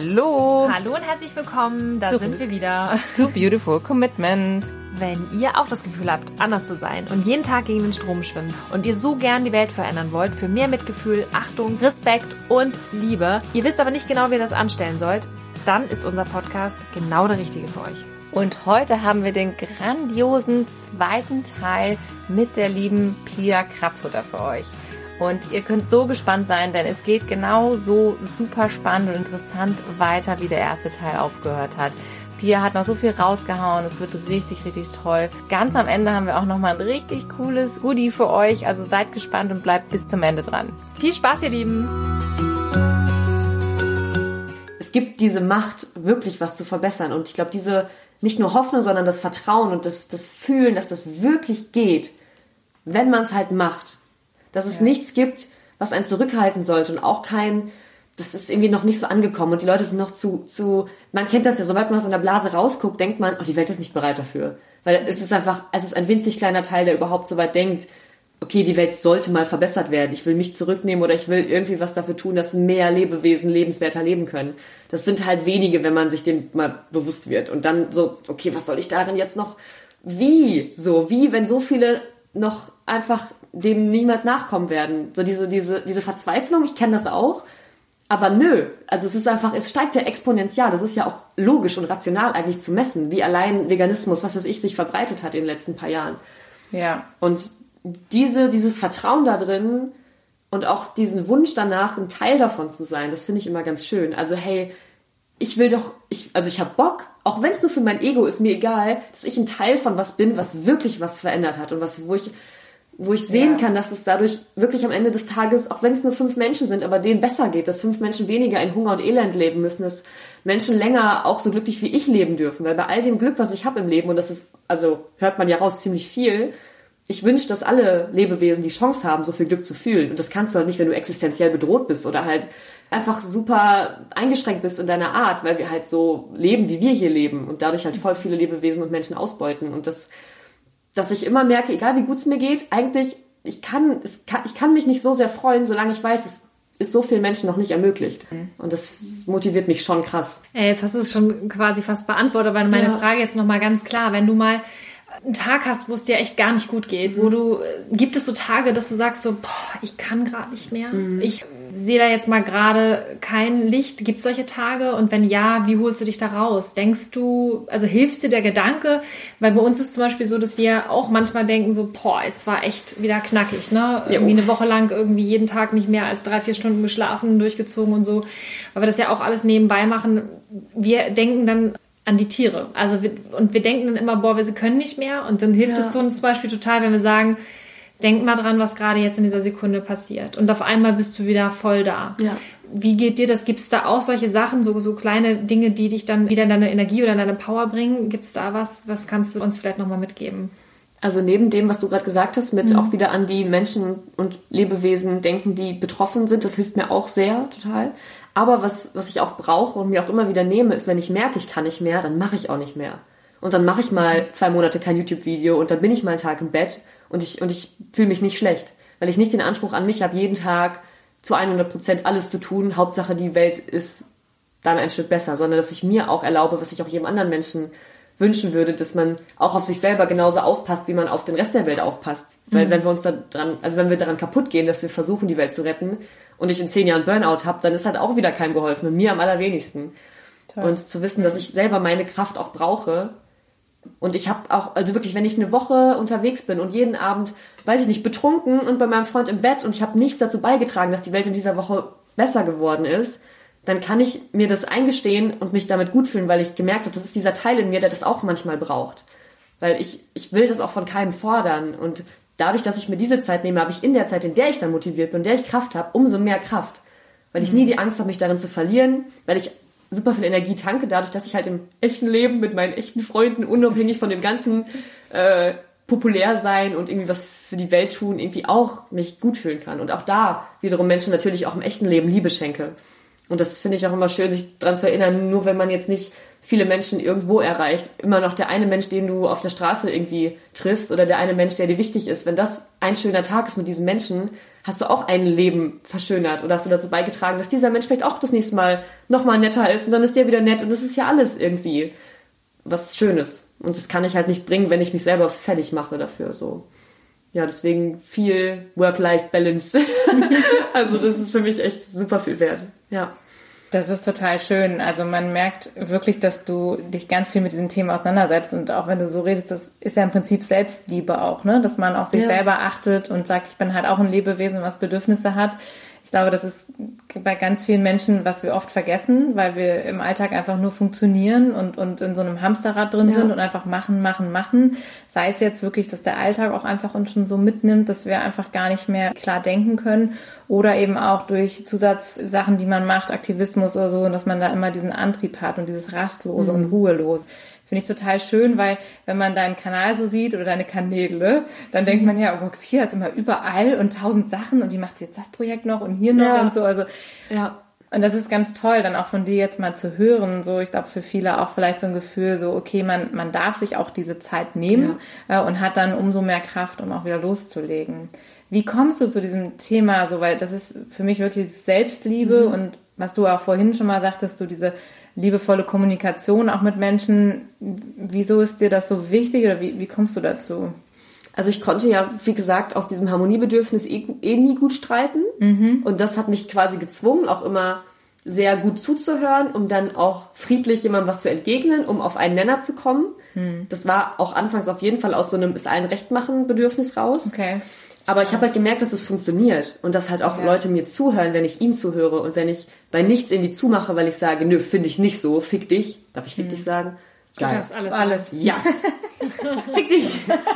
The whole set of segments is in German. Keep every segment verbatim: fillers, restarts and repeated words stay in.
Hallo. Hallo und herzlich willkommen, da Zurück. sind wir wieder. Zu Beautiful Commitment. Wenn ihr auch das Gefühl habt, anders zu sein und jeden Tag gegen den Strom schwimmen und ihr so gern die Welt verändern wollt für mehr Mitgefühl, Achtung, Respekt und Liebe, ihr wisst aber nicht genau, wie ihr das anstellen sollt, dann ist unser Podcast genau der richtige für euch. Und heute haben wir den grandiosen zweiten Teil mit der lieben Pia Kraftfutter für euch. Und ihr könnt so gespannt sein, denn es geht genau so super spannend und interessant weiter, wie der erste Teil aufgehört hat. Pia hat noch so viel rausgehauen, es wird richtig, richtig toll. Ganz am Ende haben wir auch nochmal ein richtig cooles Goodie für euch, also seid gespannt und bleibt bis zum Ende dran. Viel Spaß, ihr Lieben! Es gibt diese Macht, wirklich was zu verbessern. Und ich glaube, diese nicht nur Hoffnung, sondern das Vertrauen und das, das Fühlen, dass das wirklich geht, wenn man es halt macht. Dass es ja. nichts gibt, was einen zurückhalten sollte und auch kein, das ist irgendwie noch nicht so angekommen und die Leute sind noch zu, zu, man kennt das ja, sobald man aus einer Blase rausguckt, denkt man, oh, die Welt ist nicht bereit dafür. Weil es ist einfach, es ist ein winzig kleiner Teil, der überhaupt so weit denkt, okay, die Welt sollte mal verbessert werden, ich will mich zurücknehmen oder ich will irgendwie was dafür tun, dass mehr Lebewesen lebenswerter leben können. Das sind halt wenige, wenn man sich dem mal bewusst wird und dann so, okay, was soll ich darin jetzt noch, wie, so, wie, wenn so viele noch einfach dem niemals nachkommen werden. So diese, diese, diese Verzweiflung, ich kenne das auch, aber nö, also es ist einfach, es steigt ja exponentiell, das ist ja auch logisch und rational eigentlich zu messen, wie allein Veganismus, was weiß ich, sich verbreitet hat in den letzten paar Jahren. Ja. Und diese, dieses Vertrauen da drin und auch diesen Wunsch danach, ein Teil davon zu sein, das finde ich immer ganz schön. Also hey, ich will doch, ich, also ich habe Bock, auch wenn es nur für mein Ego ist, mir egal, dass ich ein Teil von was bin, was wirklich was verändert hat und was, wo ich, wo ich sehen ja. kann, dass es dadurch wirklich am Ende des Tages, auch wenn es nur fünf Menschen sind, aber denen besser geht, dass fünf Menschen weniger in Hunger und Elend leben müssen, dass Menschen länger auch so glücklich wie ich leben dürfen, weil bei all dem Glück, was ich habe im Leben, und das ist, also hört man ja raus, ziemlich viel, ich wünsche, dass alle Lebewesen die Chance haben, so viel Glück zu fühlen. Und das kannst du halt nicht, wenn du existenziell bedroht bist oder halt einfach super eingeschränkt bist in deiner Art, weil wir halt so leben, wie wir hier leben und dadurch halt voll viele Lebewesen und Menschen ausbeuten. Und das, dass ich immer merke, egal wie gut es mir geht, eigentlich, ich kann, es kann, ich kann mich nicht so sehr freuen, solange ich weiß, es ist so vielen Menschen noch nicht ermöglicht. Und das motiviert mich schon krass. Ey, jetzt hast du es schon quasi fast beantwortet, aber meine ja. Frage jetzt nochmal ganz klar, wenn du mal einen Tag hast, wo es dir echt gar nicht gut geht, mhm. wo du, gibt es so Tage, dass du sagst so, boah, ich kann gerade nicht mehr, mhm. ich sehe da jetzt mal gerade kein Licht, gibt es solche Tage und wenn ja, wie holst du dich da raus? Denkst du, also hilft dir der Gedanke, weil bei uns ist zum Beispiel so, dass wir auch manchmal denken so, boah, jetzt war echt wieder knackig, ne, irgendwie eine Woche lang irgendwie jeden Tag nicht mehr als drei, vier Stunden geschlafen, durchgezogen und so, weil wir das ja auch alles nebenbei machen, wir denken dann an die Tiere. Also wir, und wir denken dann immer, boah, wir können nicht mehr. Und dann hilft ja. es uns zum Beispiel total, wenn wir sagen, denk mal dran, was gerade jetzt in dieser Sekunde passiert. Und auf einmal bist du wieder voll da. Ja. Wie geht dir das? Gibt es da auch solche Sachen, so, so kleine Dinge, die dich dann wieder in deine Energie oder in deine Power bringen? Gibt es da was? Was kannst du uns vielleicht nochmal mitgeben? Also neben dem, was du gerade gesagt hast, mit mhm. auch wieder an die Menschen und Lebewesen denken, die betroffen sind, das hilft mir auch sehr, total. Aber was, was ich auch brauche und mir auch immer wieder nehme, ist, wenn ich merke, ich kann nicht mehr, dann mache ich auch nicht mehr. Und dann mache ich mal zwei Monate kein YouTube-Video und dann bin ich mal einen Tag im Bett und ich, und ich fühle mich nicht schlecht, weil ich nicht den Anspruch an mich habe, jeden Tag zu hundert Prozent alles zu tun. Hauptsache, die Welt ist dann ein Stück besser, sondern dass ich mir auch erlaube, was ich auch jedem anderen Menschen wünschen würde, dass man auch auf sich selber genauso aufpasst, wie man auf den Rest der Welt aufpasst. Weil mhm. wenn wir uns da dran, also wenn wir daran kaputt gehen, dass wir versuchen, die Welt zu retten und ich in zehn Jahren Burnout habe, dann ist halt auch wieder keinem geholfen und mir am allerwenigsten. Toll. Und zu wissen, dass ich selber meine Kraft auch brauche und ich habe auch, also wirklich, wenn ich eine Woche unterwegs bin und jeden Abend, weiß ich nicht, betrunken und bei meinem Freund im Bett und ich habe nichts dazu beigetragen, dass die Welt in dieser Woche besser geworden ist, dann kann ich mir das eingestehen und mich damit gut fühlen, weil ich gemerkt habe, das ist dieser Teil in mir, der das auch manchmal braucht. Weil ich, ich will das auch von keinem fordern. Und dadurch, dass ich mir diese Zeit nehme, habe ich in der Zeit, in der ich dann motiviert bin, in der ich Kraft habe, umso mehr Kraft. Weil ich nie die Angst habe, mich darin zu verlieren, weil ich super viel Energie tanke, dadurch, dass ich halt im echten Leben mit meinen echten Freunden, unabhängig von dem ganzen äh, populär sein und irgendwie was für die Welt tun, irgendwie auch mich gut fühlen kann. Und auch da wiederum Menschen natürlich auch im echten Leben Liebe schenke. Und das finde ich auch immer schön, sich daran zu erinnern, nur wenn man jetzt nicht viele Menschen irgendwo erreicht, immer noch der eine Mensch, den du auf der Straße irgendwie triffst oder der eine Mensch, der dir wichtig ist, wenn das ein schöner Tag ist mit diesem Menschen, hast du auch ein Leben verschönert oder hast du dazu beigetragen, dass dieser Mensch vielleicht auch das nächste Mal nochmal netter ist und dann ist der wieder nett und das ist ja alles irgendwie was Schönes. Und das kann ich halt nicht bringen, wenn ich mich selber fertig mache dafür, so. Ja, deswegen viel Work-Life-Balance. Also das ist für mich echt super viel wert. Ja. Das ist total schön. Also man merkt wirklich, dass du dich ganz viel mit diesen Themen auseinandersetzt. Und auch wenn du so redest, das ist ja im Prinzip Selbstliebe auch, ne? Dass man auch sich ja. selber achtet und sagt, ich bin halt auch ein Lebewesen, was Bedürfnisse hat. Ich glaube, das ist bei ganz vielen Menschen, was wir oft vergessen, weil wir im Alltag einfach nur funktionieren und, und in so einem Hamsterrad drin ja. sind und einfach machen, machen, machen. Sei es jetzt wirklich, dass der Alltag auch einfach uns schon so mitnimmt, dass wir einfach gar nicht mehr klar denken können. Oder eben auch durch Zusatzsachen, die man macht, Aktivismus oder so, und dass man da immer diesen Antrieb hat und dieses Rastlose mhm. und Ruhelose. Finde ich total schön, weil wenn man deinen Kanal so sieht oder deine Kanäle, dann denkt man ja, oh, Pia ist immer überall und tausend Sachen und die macht jetzt das Projekt noch und hier noch ja. und so. Also ja. Und das ist ganz toll, dann auch von dir jetzt mal zu hören. So, ich glaube, für viele auch vielleicht so ein Gefühl, so okay, man man darf sich auch diese Zeit nehmen ja. äh, und hat dann umso mehr Kraft, um auch wieder loszulegen. Wie kommst du zu diesem Thema so? Weil das ist für mich wirklich Selbstliebe mhm. und was du auch vorhin schon mal sagtest, so diese liebevolle Kommunikation auch mit Menschen. Wieso ist dir das so wichtig oder wie, wie kommst du dazu? Also ich konnte ja, wie gesagt, aus diesem Harmoniebedürfnis eh, eh nie gut streiten. Mhm. Und das hat mich quasi gezwungen, auch immer sehr gut zuzuhören, um dann auch friedlich jemandem was zu entgegnen, um auf einen Nenner zu kommen. Mhm. Das war auch anfangs auf jeden Fall aus so einem ist allen recht machen Bedürfnis raus. Okay. Aber ich habe halt gemerkt, dass es funktioniert und dass halt auch ja. Leute mir zuhören, wenn ich ihnen zuhöre und wenn ich bei nichts irgendwie zumache, weil ich sage, nö, finde ich nicht so, fick dich. Darf ich fick mhm. dich sagen? Geil. Das alles. alles. Yes. Fick dich.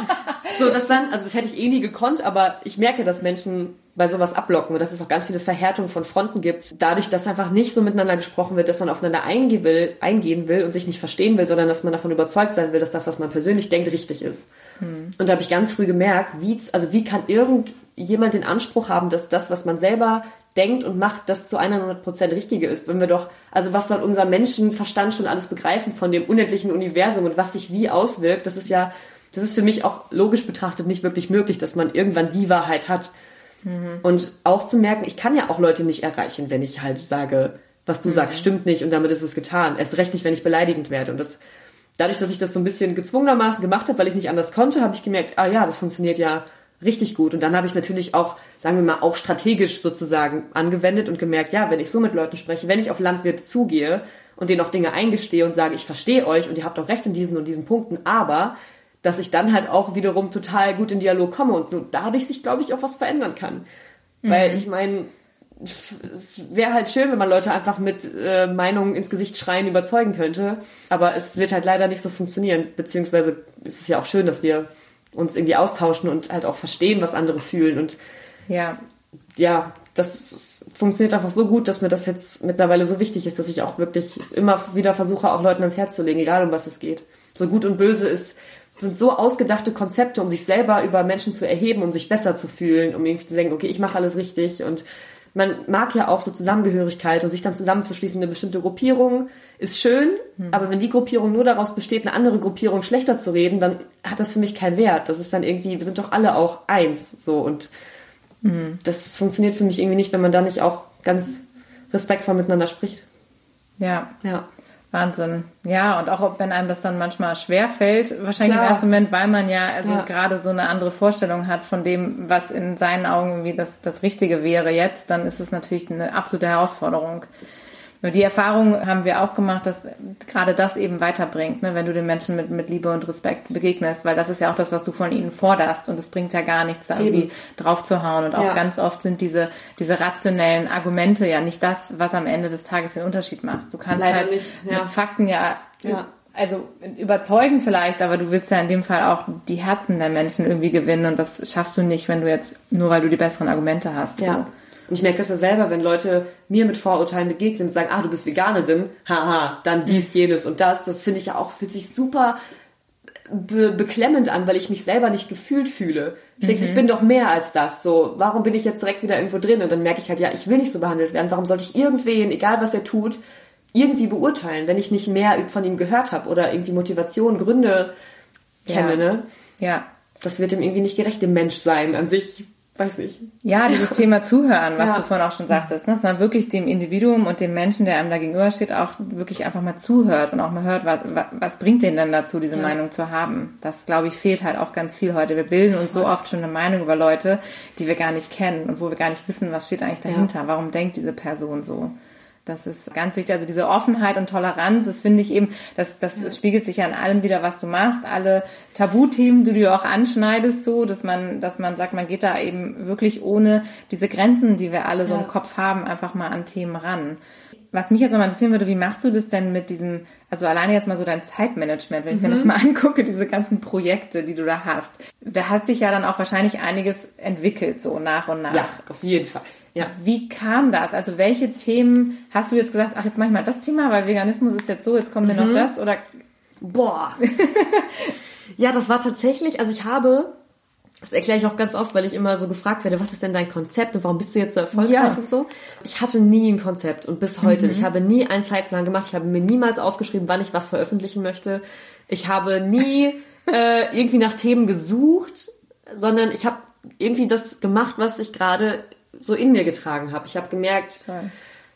So, das dann, also das hätte ich eh nie gekonnt, aber ich merke, dass Menschen bei sowas ablocken und dass es auch ganz viele Verhärtungen von Fronten gibt. Dadurch, dass einfach nicht so miteinander gesprochen wird, dass man aufeinander eingehen will, eingehen will und sich nicht verstehen will, sondern dass man davon überzeugt sein will, dass das, was man persönlich denkt, richtig ist. Hm. Und da habe ich ganz früh gemerkt, wie, also wie kann irgendjemand den Anspruch haben, dass das, was man selber denkt und macht, das zu hundert Prozent Richtige ist. Wenn wir doch, also was soll unser Menschenverstand schon alles begreifen von dem unendlichen Universum und was sich wie auswirkt, das ist ja, das ist für mich auch logisch betrachtet nicht wirklich möglich, dass man irgendwann die Wahrheit hat. Mhm. Und auch zu merken, ich kann ja auch Leute nicht erreichen, wenn ich halt sage, was du mhm. sagst, stimmt nicht und damit ist es getan. Erst recht nicht, wenn ich beleidigend werde. Und das, dadurch, dass ich das so ein bisschen gezwungenermaßen gemacht habe, weil ich nicht anders konnte, habe ich gemerkt, ah ja, das funktioniert ja richtig gut. Und dann habe ich es natürlich auch, sagen wir mal, auch strategisch sozusagen angewendet und gemerkt, ja, wenn ich so mit Leuten spreche, wenn ich auf Landwirte zugehe und denen auch Dinge eingestehe und sage, ich verstehe euch und ihr habt auch recht in diesen und diesen Punkten, aber dass ich dann halt auch wiederum total gut in Dialog komme und nur dadurch sich, glaube ich, auch was verändern kann. Mhm. Weil ich meine, es wäre halt schön, wenn man Leute einfach mit äh, Meinungen ins Gesicht schreien überzeugen könnte, aber es wird halt leider nicht so funktionieren, beziehungsweise ist es ja auch schön, dass wir uns irgendwie austauschen und halt auch verstehen, was andere fühlen und ja, ja, das funktioniert einfach so gut, dass mir das jetzt mittlerweile so wichtig ist, dass ich auch wirklich es immer wieder versuche, auch Leuten ans Herz zu legen, egal um was es geht. So Gut und Böse ist, sind so ausgedachte Konzepte, um sich selber über Menschen zu erheben, um sich besser zu fühlen, um irgendwie zu denken, okay, ich mache alles richtig und man mag ja auch so Zusammengehörigkeit und sich dann zusammenzuschließen in eine bestimmte Gruppierung ist schön, hm. aber wenn die Gruppierung nur daraus besteht, eine andere Gruppierung schlechter zu reden, dann hat das für mich keinen Wert. Das ist dann irgendwie, wir sind doch alle auch eins, so und hm. das funktioniert für mich irgendwie nicht, wenn man da nicht auch ganz respektvoll miteinander spricht. Ja. Ja. Wahnsinn. Ja, und auch wenn einem das dann manchmal schwer fällt, wahrscheinlich Klar. im ersten Moment, weil man ja also ja. gerade so eine andere Vorstellung hat von dem, was in seinen Augen irgendwie das, das Richtige wäre jetzt, dann ist es natürlich eine absolute Herausforderung. Und die Erfahrung haben wir auch gemacht, dass gerade das eben weiterbringt, ne, wenn du den Menschen mit, mit Liebe und Respekt begegnest, weil das ist ja auch das, was du von ihnen forderst und es bringt ja gar nichts, da irgendwie drauf zu hauen. Und auch ja. ganz oft sind diese, diese rationellen Argumente ja nicht das, was am Ende des Tages den Unterschied macht. Du kannst Leider halt nicht, ja. mit Fakten ja, ja, also überzeugen vielleicht, aber du willst ja in dem Fall auch die Herzen der Menschen irgendwie gewinnen und das schaffst du nicht, wenn du jetzt, nur weil du die besseren Argumente hast. Ja. So. Und ich merke das ja selber, wenn Leute mir mit Vorurteilen begegnen und sagen, ah, du bist Veganerin, haha, dann dies, jenes und das. Das finde ich ja auch, fühlt sich super be- beklemmend an, weil ich mich selber nicht gefühlt fühle. Ich mhm. denke, ich bin doch mehr als das. So, warum bin ich jetzt direkt wieder irgendwo drin? Und dann merke ich halt, ja, ich will nicht so behandelt werden. Warum sollte ich irgendwen, egal was er tut, irgendwie beurteilen, wenn ich nicht mehr von ihm gehört habe oder irgendwie Motivation, Gründe kenne, ja. ne? Ja. Das wird ihm irgendwie nicht gerecht, dem Menschsein an sich. weiß nicht. Ja, dieses Thema Zuhören, was ja. du vorhin auch schon sagtest, ne? Dass man wirklich dem Individuum und dem Menschen, der einem da gegenübersteht, auch wirklich einfach mal zuhört und auch mal hört, was, was bringt den denn dazu, diese ja. Meinung zu haben. Das, glaube ich, fehlt halt auch ganz viel heute. Wir bilden uns so oft schon eine Meinung über Leute, die wir gar nicht kennen und wo wir gar nicht wissen, was steht eigentlich dahinter. Ja. Warum denkt diese Person so? Das ist ganz wichtig. Also diese Offenheit und Toleranz, das finde ich eben, das, das, das spiegelt sich ja in allem wieder, was du machst. Alle Tabuthemen, die du ja auch anschneidest, so, dass man, dass man sagt, man geht da eben wirklich ohne diese Grenzen, die wir alle so ja. im Kopf haben, einfach mal an Themen ran. Was mich jetzt nochmal interessieren würde, wie machst du das denn mit diesem, also alleine jetzt mal so dein Zeitmanagement, wenn ich mhm. mir das mal angucke, diese ganzen Projekte, die du da hast. Da hat sich ja dann auch wahrscheinlich einiges entwickelt, so nach und nach. Ja, auf jeden Fall. Ja. Wie kam das? Also welche Themen hast du jetzt gesagt, ach, jetzt mach ich mal das Thema, weil Veganismus ist jetzt so, jetzt kommt mir mhm. noch das, oder? Boah. Ja, das war tatsächlich, also ich habe, das erkläre ich auch ganz oft, weil ich immer so gefragt werde, was ist denn dein Konzept und warum bist du jetzt so erfolgreich ja. und so. Ich hatte nie ein Konzept und bis heute. Mhm. Ich habe nie einen Zeitplan gemacht. Ich habe mir niemals aufgeschrieben, wann ich was veröffentlichen möchte. Ich habe nie äh, irgendwie nach Themen gesucht, sondern ich habe irgendwie das gemacht, was ich gerade so in mir getragen habe. Ich habe gemerkt, Toll.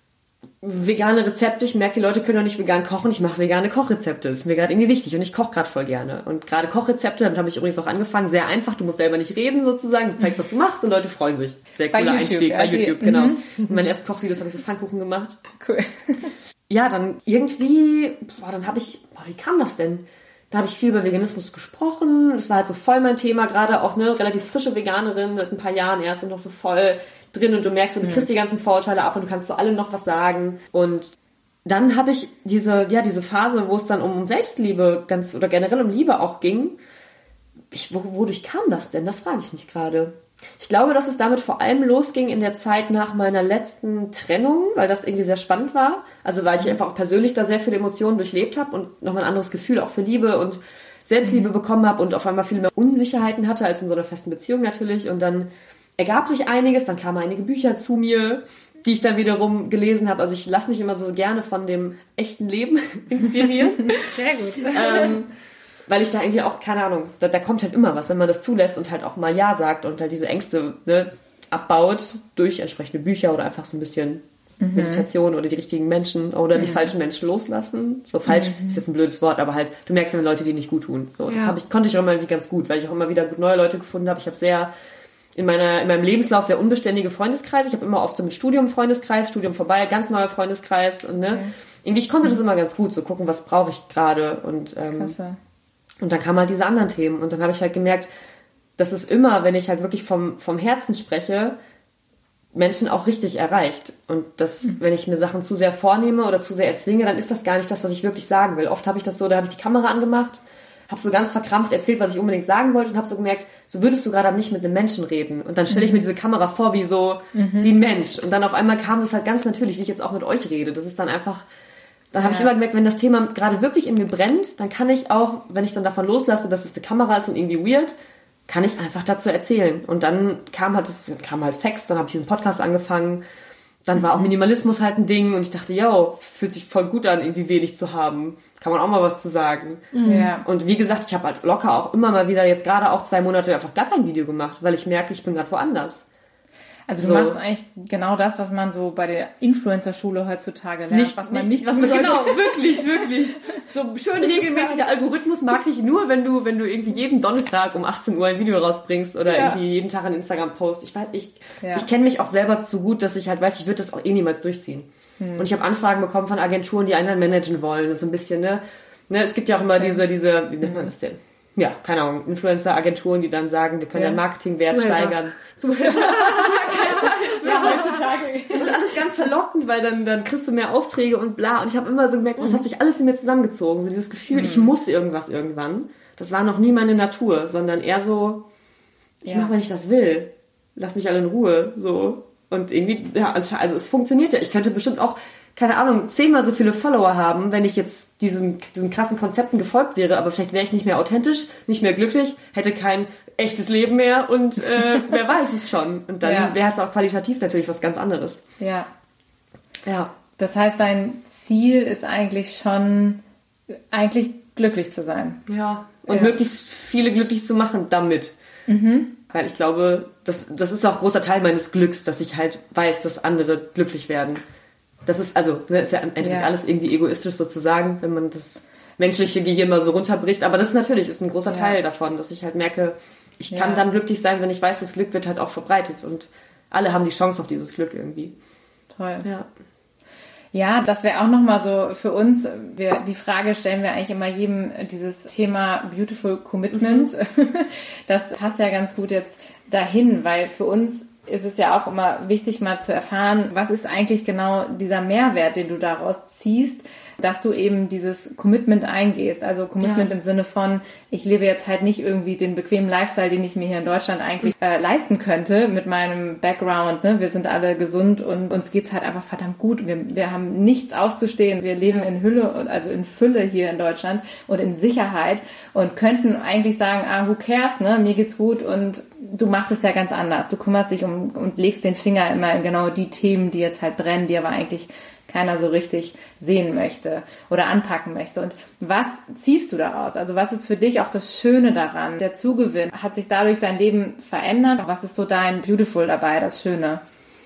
vegane Rezepte, ich merke, die Leute können doch nicht vegan kochen, ich mache vegane Kochrezepte. Das ist mir gerade irgendwie wichtig und ich koche gerade voll gerne. Und gerade Kochrezepte, damit habe ich übrigens auch angefangen, sehr einfach, du musst selber nicht reden sozusagen, du zeigst, was du machst und Leute freuen sich. Sehr cooler Einstieg bei YouTube, genau. Mhm. In meinen ersten Kochvideos habe ich so Pfannkuchen gemacht. Cool. Ja, dann irgendwie, boah, dann habe ich, boah, wie kam das denn? Da habe ich viel über Veganismus gesprochen. Das war halt so voll mein Thema, gerade auch eine relativ frische Veganerin, seit ein paar Jahren erst und noch so voll drin und du merkst, du kriegst die ganzen Vorurteile ab und du kannst zu allem noch was sagen. Und dann hatte ich diese, ja, diese Phase, wo es dann um Selbstliebe ganz oder generell um Liebe auch ging. Ich, wo, wodurch kam das denn? Das frage ich mich gerade. Ich glaube, dass es damit vor allem losging in der Zeit nach meiner letzten Trennung, weil das irgendwie sehr spannend war. Also weil ich einfach auch persönlich da sehr viele Emotionen durchlebt habe und nochmal ein anderes Gefühl auch für Liebe und Selbstliebe mhm. bekommen habe und auf einmal viel mehr Unsicherheiten hatte als in so einer festen Beziehung natürlich. Und dann ergab sich einiges, dann kamen einige Bücher zu mir, die ich dann wiederum gelesen habe. Also ich lasse mich immer so gerne von dem echten Leben inspirieren. Sehr gut. Ähm, weil ich da irgendwie auch, keine Ahnung, da, da kommt halt immer was, wenn man das zulässt und halt auch mal Ja sagt und halt diese Ängste ne, abbaut durch entsprechende Bücher oder einfach so ein bisschen mhm. Meditation oder die richtigen Menschen oder mhm. die falschen Menschen loslassen. So falsch mhm. ist jetzt ein blödes Wort, aber halt, du merkst, wenn Leute, die nicht gut tun. So, das ja. hab ich, konnte ich auch immer irgendwie ganz gut, weil ich auch immer wieder gut neue Leute gefunden habe. Ich habe sehr in meiner in meinem Lebenslauf sehr unbeständige Freundeskreise. Ich habe immer oft so mit Studium Freundeskreis, Studium vorbei, ganz neuer Freundeskreis und ne, okay. irgendwie ich konnte das immer ganz gut, so gucken, was brauche ich gerade und ähm, Klasse. Und dann kamen halt diese anderen Themen und dann habe ich halt gemerkt, dass es immer, wenn ich halt wirklich vom vom Herzen spreche, Menschen auch richtig erreicht und dass, mhm. wenn ich mir Sachen zu sehr vornehme oder zu sehr erzwinge, dann ist das gar nicht das, was ich wirklich sagen will. Oft habe ich das so, da habe ich die Kamera angemacht, habe so ganz verkrampft erzählt, was ich unbedingt sagen wollte und habe so gemerkt, so würdest du gerade nicht mit einem Menschen reden. Und dann stelle ich mir diese Kamera vor wie so, mhm. wie ein Mensch. Und dann auf einmal kam das halt ganz natürlich, wie ich jetzt auch mit euch rede. Das ist dann einfach, dann habe ja. ich immer gemerkt, wenn das Thema gerade wirklich in mir brennt, dann kann ich auch, wenn ich dann davon loslasse, dass es eine Kamera ist und irgendwie weird, kann ich einfach dazu erzählen. Und dann kam halt, das, kam halt Sex, dann habe ich diesen Podcast angefangen. Dann war auch Minimalismus halt ein Ding und ich dachte, yo, fühlt sich voll gut an, irgendwie wenig zu haben. Kann man auch mal was zu sagen. Ja. Und wie gesagt, ich habe halt locker auch immer mal wieder jetzt gerade auch zwei Monate einfach gar kein Video gemacht, weil ich merke, ich bin gerade woanders. Also du so. machst eigentlich genau das, was man so bei der Influencer-Schule heutzutage lernt, nicht, was man nicht, nicht was man, genau, wirklich, wirklich. So schön regelmäßiger Algorithmus mag dich nur, wenn du, wenn du irgendwie jeden Donnerstag um achtzehn Uhr ein Video rausbringst oder ja. irgendwie jeden Tag einen Instagram-Post. Ich weiß, ich, ja. ich kenne mich auch selber zu gut, dass ich halt weiß, ich würde das auch eh niemals durchziehen. Hm. Und ich habe Anfragen bekommen von Agenturen, die einen dann managen wollen. So ein bisschen, ne? ne es gibt ja auch immer diese, diese, wie nennt man das denn? Ja, keine Ahnung, Influencer-Agenturen, die dann sagen, wir können ja. den Marketingwert Zuhälter. steigern. Zuhälter. Ja, heutzutage. Das ist alles ganz verlockend, weil dann, dann kriegst du mehr Aufträge und bla. Und ich habe immer so gemerkt, was mhm. hat sich alles in mir zusammengezogen. So dieses Gefühl, mhm. ich muss irgendwas irgendwann. Das war noch nie meine Natur, sondern eher so, ich ja. mache, wenn ich das will. Lass mich alle in Ruhe. So. Und irgendwie, ja, also es funktioniert ja. Ich könnte bestimmt auch, keine Ahnung, zehnmal so viele Follower haben, wenn ich jetzt diesen, diesen krassen Konzepten gefolgt wäre, aber vielleicht wäre ich nicht mehr authentisch, nicht mehr glücklich, hätte kein echtes Leben mehr und äh, wer weiß es schon. Und dann ja. wäre es auch qualitativ natürlich was ganz anderes. Ja. Ja. Das heißt, dein Ziel ist eigentlich schon, eigentlich glücklich zu sein. Ja. Und ja. möglichst viele glücklich zu machen damit. Mhm. Weil ich glaube, das, das ist auch ein großer Teil meines Glücks, dass ich halt weiß, dass andere glücklich werden. Das ist, also, ne, ist ja im Endeffekt ja. alles irgendwie egoistisch sozusagen, wenn man das menschliche Gehirn mal so runterbricht. Aber das ist natürlich, ist ein großer ja. Teil davon, dass ich halt merke, ich kann ja. dann glücklich sein, wenn ich weiß, das Glück wird halt auch verbreitet. Und alle haben die Chance auf dieses Glück irgendwie. Toll. Ja. Ja, das wäre auch nochmal so für uns, wir, die Frage stellen wir eigentlich immer jedem, dieses Thema Beautiful Commitment, mhm. das passt ja ganz gut jetzt dahin, weil für uns ist es ja auch immer wichtig mal zu erfahren, was ist eigentlich genau dieser Mehrwert, den du daraus ziehst, dass du eben dieses Commitment eingehst. Also Commitment ja. im Sinne von, ich lebe jetzt halt nicht irgendwie den bequemen Lifestyle, den ich mir hier in Deutschland eigentlich äh, leisten könnte mit meinem Background. Ne? Wir sind alle gesund und uns geht's halt einfach verdammt gut. Wir, wir haben nichts auszustehen. Wir leben in Hülle, also in Fülle hier in Deutschland und in Sicherheit und könnten eigentlich sagen, ah, who cares, ne? Mir geht's gut und du machst es ja ganz anders. Du kümmerst dich um und legst den Finger immer in genau die Themen, die jetzt halt brennen, die aber eigentlich keiner so richtig sehen möchte oder anpacken möchte. Und was ziehst du daraus? Also was ist für dich auch das Schöne daran? Der Zugewinn, hat sich dadurch dein Leben verändert? Was ist so dein Beautiful dabei, das Schöne?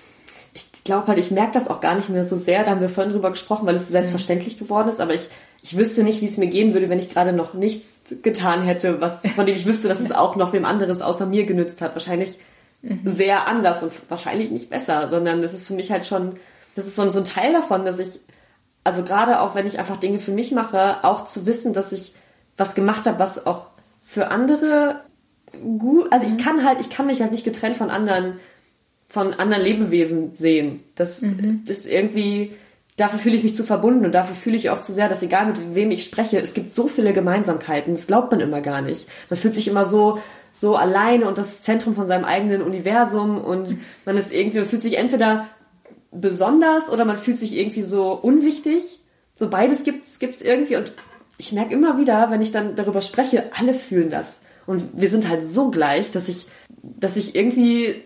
Ich glaube halt, ich merke das auch gar nicht mehr so sehr. Da haben wir vorhin drüber gesprochen, weil es so selbstverständlich mhm. geworden ist. Aber ich, ich wüsste nicht, wie es mir gehen würde, wenn ich gerade noch nichts getan hätte, was, von dem ich wüsste, dass es auch noch wem anderes außer mir genützt hat. Wahrscheinlich mhm. sehr anders und wahrscheinlich nicht besser, sondern das ist für mich halt schon, das ist so ein, so ein Teil davon, dass ich, also gerade auch wenn ich einfach Dinge für mich mache, auch zu wissen, dass ich was gemacht habe, was auch für andere gut, also ich kann halt, ich kann mich halt nicht getrennt von anderen, von anderen Lebewesen sehen. Das mhm. ist irgendwie, dafür fühle ich mich zu verbunden und dafür fühle ich auch zu sehr, dass egal mit wem ich spreche, es gibt so viele Gemeinsamkeiten, das glaubt man immer gar nicht. Man fühlt sich immer so, so alleine und das Zentrum von seinem eigenen Universum und man ist irgendwie, man fühlt sich entweder besonders oder man fühlt sich irgendwie so unwichtig. So beides gibt's gibt's irgendwie und ich merke immer wieder, wenn ich dann darüber spreche, alle fühlen das und wir sind halt so gleich, dass ich dass ich irgendwie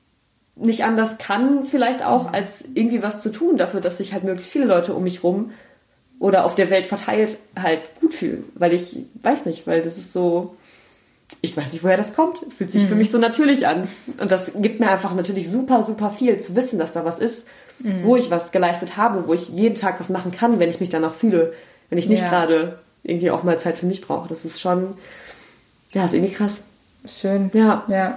nicht anders kann, vielleicht auch, als irgendwie was zu tun dafür, dass sich halt möglichst viele Leute um mich rum oder auf der Welt verteilt halt gut fühlen, weil ich weiß nicht, weil das ist so, ich weiß nicht, woher das kommt. Fühlt sich mhm. für mich so natürlich an. Und das gibt mir einfach natürlich super, super viel zu wissen, dass da was ist, mhm. wo ich was geleistet habe, wo ich jeden Tag was machen kann, wenn ich mich danach fühle. Wenn ich nicht ja. gerade irgendwie auch mal Zeit für mich brauche. Das ist schon, ja, ist irgendwie krass. Schön. Ja. Ja.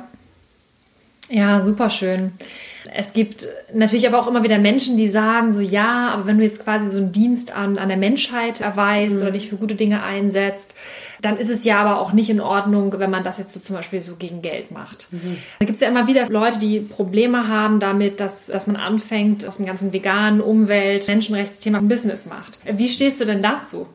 Ja, super schön. Es gibt natürlich aber auch immer wieder Menschen, die sagen so, ja, aber wenn du jetzt quasi so einen Dienst an, an der Menschheit erweist mhm. oder dich für gute Dinge einsetzt, dann ist es ja aber auch nicht in Ordnung, wenn man das jetzt so zum Beispiel so gegen Geld macht. Mhm. Da gibt es ja immer wieder Leute, die Probleme haben damit, dass, dass man anfängt, aus dem ganzen veganen Umwelt, Menschenrechtsthema ein Business macht. Wie stehst du denn dazu?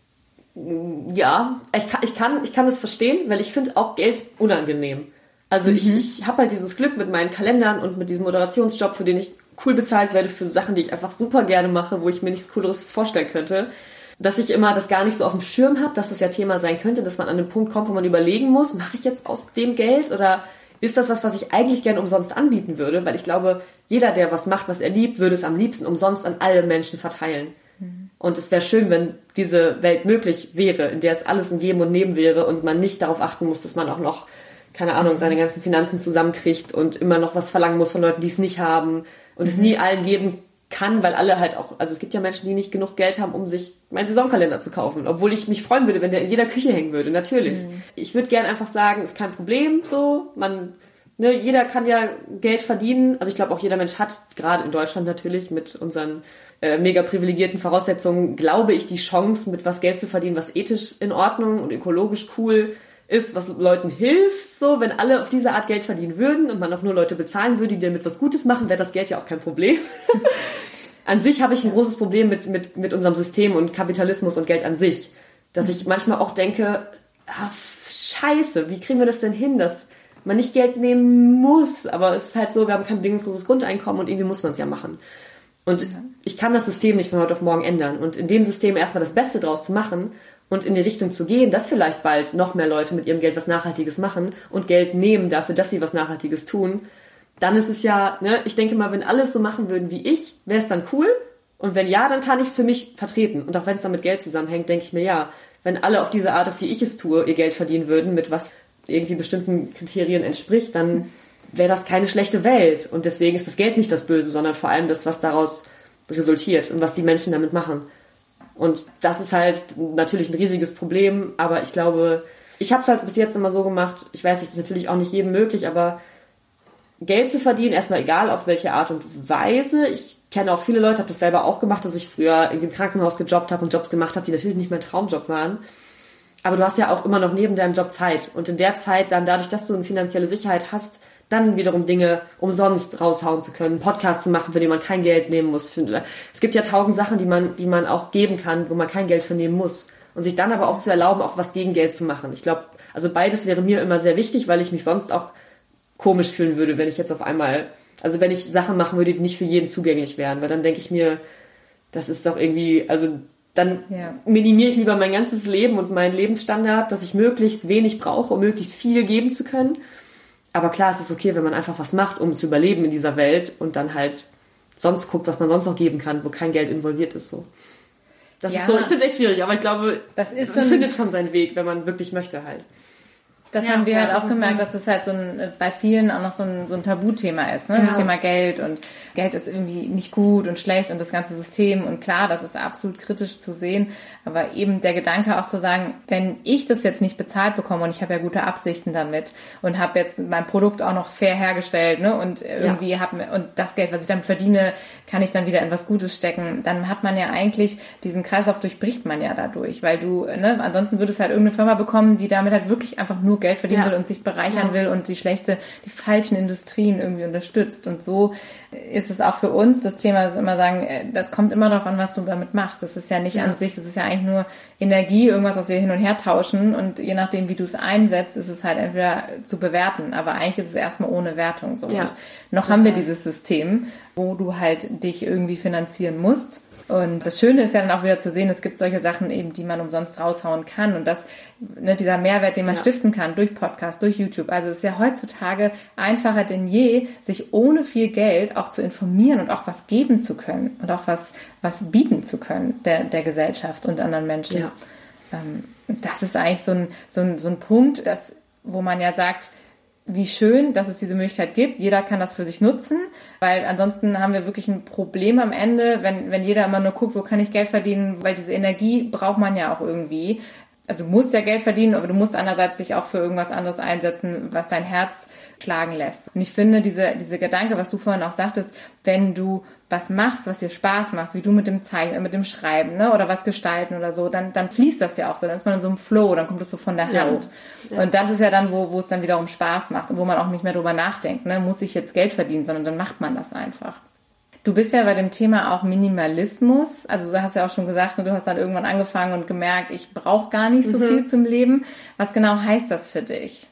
Ja, ich kann, ich kann, ich kann das verstehen, weil ich finde auch Geld unangenehm. Also mhm. ich, ich habe halt dieses Glück mit meinen Kalendern und mit diesem Moderationsjob, für den ich cool bezahlt werde, für Sachen, die ich einfach super gerne mache, wo ich mir nichts Cooleres vorstellen könnte, dass ich immer das gar nicht so auf dem Schirm habe, dass das ja Thema sein könnte, dass man an den Punkt kommt, wo man überlegen muss, mache ich jetzt aus dem Geld oder ist das was, was ich eigentlich gerne umsonst anbieten würde? Weil ich glaube, jeder, der was macht, was er liebt, würde es am liebsten umsonst an alle Menschen verteilen. Mhm. Und es wäre schön, wenn diese Welt möglich wäre, in der es alles ein Geben und Nehmen wäre und man nicht darauf achten muss, dass man auch noch, keine Ahnung, seine ganzen Finanzen zusammenkriegt und immer noch was verlangen muss von Leuten, die es nicht haben und mhm. es nie allen geben kann, weil alle halt auch, also es gibt ja Menschen, die nicht genug Geld haben, um sich meinen Saisonkalender zu kaufen, obwohl ich mich freuen würde, wenn der in jeder Küche hängen würde, natürlich. Mhm. Ich würde gerne einfach sagen, ist kein Problem, so, man, ne, jeder kann ja Geld verdienen, also ich glaube auch jeder Mensch hat, gerade in Deutschland natürlich, mit unseren äh, mega privilegierten Voraussetzungen, glaube ich, die Chance, mit was Geld zu verdienen, was ethisch in Ordnung und ökologisch cool ist, was Leuten hilft, so, wenn alle auf diese Art Geld verdienen würden und man auch nur Leute bezahlen würde, die damit was Gutes machen, wäre das Geld ja auch kein Problem. An sich habe ich ein großes Problem mit, mit, mit unserem System und Kapitalismus und Geld an sich, dass ich manchmal auch denke, ah, scheiße, wie kriegen wir das denn hin, dass man nicht Geld nehmen muss, aber es ist halt so, wir haben kein bedingungsloses Grundeinkommen und irgendwie muss man es ja machen. Und ich kann das System nicht von heute auf morgen ändern und in dem System erstmal das Beste draus zu machen und in die Richtung zu gehen, dass vielleicht bald noch mehr Leute mit ihrem Geld was Nachhaltiges machen und Geld nehmen dafür, dass sie was Nachhaltiges tun, dann ist es ja, ne, ich denke mal, wenn alles so machen würden wie ich, wäre es dann cool. Und wenn ja, dann kann ich es für mich vertreten. Und auch wenn es dann mit Geld zusammenhängt, denke ich mir, ja, wenn alle auf diese Art, auf die ich es tue, ihr Geld verdienen würden, mit was irgendwie bestimmten Kriterien entspricht, dann wäre das keine schlechte Welt. Und deswegen ist das Geld nicht das Böse, sondern vor allem das, was daraus resultiert und was die Menschen damit machen. Und das ist halt natürlich ein riesiges Problem, aber ich glaube, ich habe es halt bis jetzt immer so gemacht, ich weiß nicht, das ist natürlich auch nicht jedem möglich, aber Geld zu verdienen, erstmal egal auf welche Art und Weise. Ich kenne auch viele Leute, habe das selber auch gemacht, dass ich früher in dem Krankenhaus gejobbt habe und Jobs gemacht habe, die natürlich nicht mein Traumjob waren. Aber du hast ja auch immer noch neben deinem Job Zeit. Und in der Zeit dann, dadurch, dass du eine finanzielle Sicherheit hast, dann wiederum Dinge umsonst raushauen zu können, einen Podcast zu machen, für den man kein Geld nehmen muss. Es gibt ja tausend Sachen, die man, die man auch geben kann, wo man kein Geld für nehmen muss. Und sich dann aber auch zu erlauben, auch was gegen Geld zu machen. Ich glaube, also beides wäre mir immer sehr wichtig, weil ich mich sonst auch komisch fühlen würde, wenn ich jetzt auf einmal, also wenn ich Sachen machen würde, die nicht für jeden zugänglich wären. Weil dann denke ich mir, das ist doch irgendwie, also dann ja. minimiere ich lieber mein ganzes Leben und meinen Lebensstandard, dass ich möglichst wenig brauche, um möglichst viel geben zu können. Aber klar, es ist okay, wenn man einfach was macht, um zu überleben in dieser Welt und dann halt sonst guckt, was man sonst noch geben kann, wo kein Geld involviert ist. So. Das ja. ist so, ich finde es echt schwierig, aber ich glaube, das ist man findet schon seinen Weg, wenn man wirklich möchte halt. Das ja, haben wir halt auch gemerkt, dass es halt so ein, bei vielen auch noch so ein, so ein Tabuthema ist, ne? Ja. Das Thema Geld und Geld ist irgendwie nicht gut und schlecht und das ganze System und klar, das ist absolut kritisch zu sehen, aber eben der Gedanke auch zu sagen, wenn ich das jetzt nicht bezahlt bekomme und ich habe ja gute Absichten damit und habe jetzt mein Produkt auch noch fair hergestellt, ne? Und irgendwie ja. habe und das Geld, was ich damit verdiene, kann ich dann wieder in was Gutes stecken, dann hat man ja eigentlich diesen Kreislauf durchbricht man ja dadurch, weil du, ne? Ansonsten würdest du halt irgendeine Firma bekommen, die damit halt wirklich einfach nur Geld verdienen ja. will und sich bereichern ja. will und die schlechte, die falschen Industrien irgendwie unterstützt. Und so ist es auch für uns das Thema, dass wir immer sagen, das kommt immer darauf an, was du damit machst. Das ist ja nicht ja. an sich, das ist ja eigentlich nur Energie, irgendwas, was wir hin und her tauschen und je nachdem, wie du es einsetzt, ist es halt entweder zu bewerten, aber eigentlich ist es erstmal ohne Wertung so. Ja. Und noch haben wir dieses System, wo du halt dich irgendwie finanzieren musst. Und das Schöne ist ja dann auch wieder zu sehen, es gibt solche Sachen eben, die man umsonst raushauen kann und das, ne, dieser Mehrwert, den man ja. stiften kann durch Podcast, durch YouTube. Also es ist ja heutzutage einfacher denn je, sich ohne viel Geld auch zu informieren und auch was geben zu können und auch was, was bieten zu können der, der Gesellschaft und anderen Menschen. Ja. Ähm, das ist eigentlich so ein, so ein, so ein Punkt, das, wo man ja sagt, wie schön, dass es diese Möglichkeit gibt. Jeder kann das für sich nutzen, weil ansonsten haben wir wirklich ein Problem am Ende, wenn, wenn jeder immer nur guckt, wo kann ich Geld verdienen, weil diese Energie braucht man ja auch irgendwie. Also du musst ja Geld verdienen, aber du musst andererseits dich auch für irgendwas anderes einsetzen, was dein Herz schlagen lässt. Und ich finde, diese, diese Gedanke, was du vorhin auch sagtest, wenn du was machst, was dir Spaß macht, wie du mit dem Zeichnen, mit dem Schreiben, ne, oder was gestalten oder so, dann, dann fließt das ja auch so, dann ist man in so einem Flow, dann kommt es so von der Hand. Ja. Ja. Und das ist ja dann, wo, wo es dann wiederum Spaß macht und wo man auch nicht mehr drüber nachdenkt, ne, muss ich jetzt Geld verdienen, sondern dann macht man das einfach. Du bist ja bei dem Thema auch Minimalismus, also du hast ja auch schon gesagt, du hast dann irgendwann angefangen und gemerkt, ich brauche gar nicht so mhm. viel zum Leben. Was genau heißt das für dich?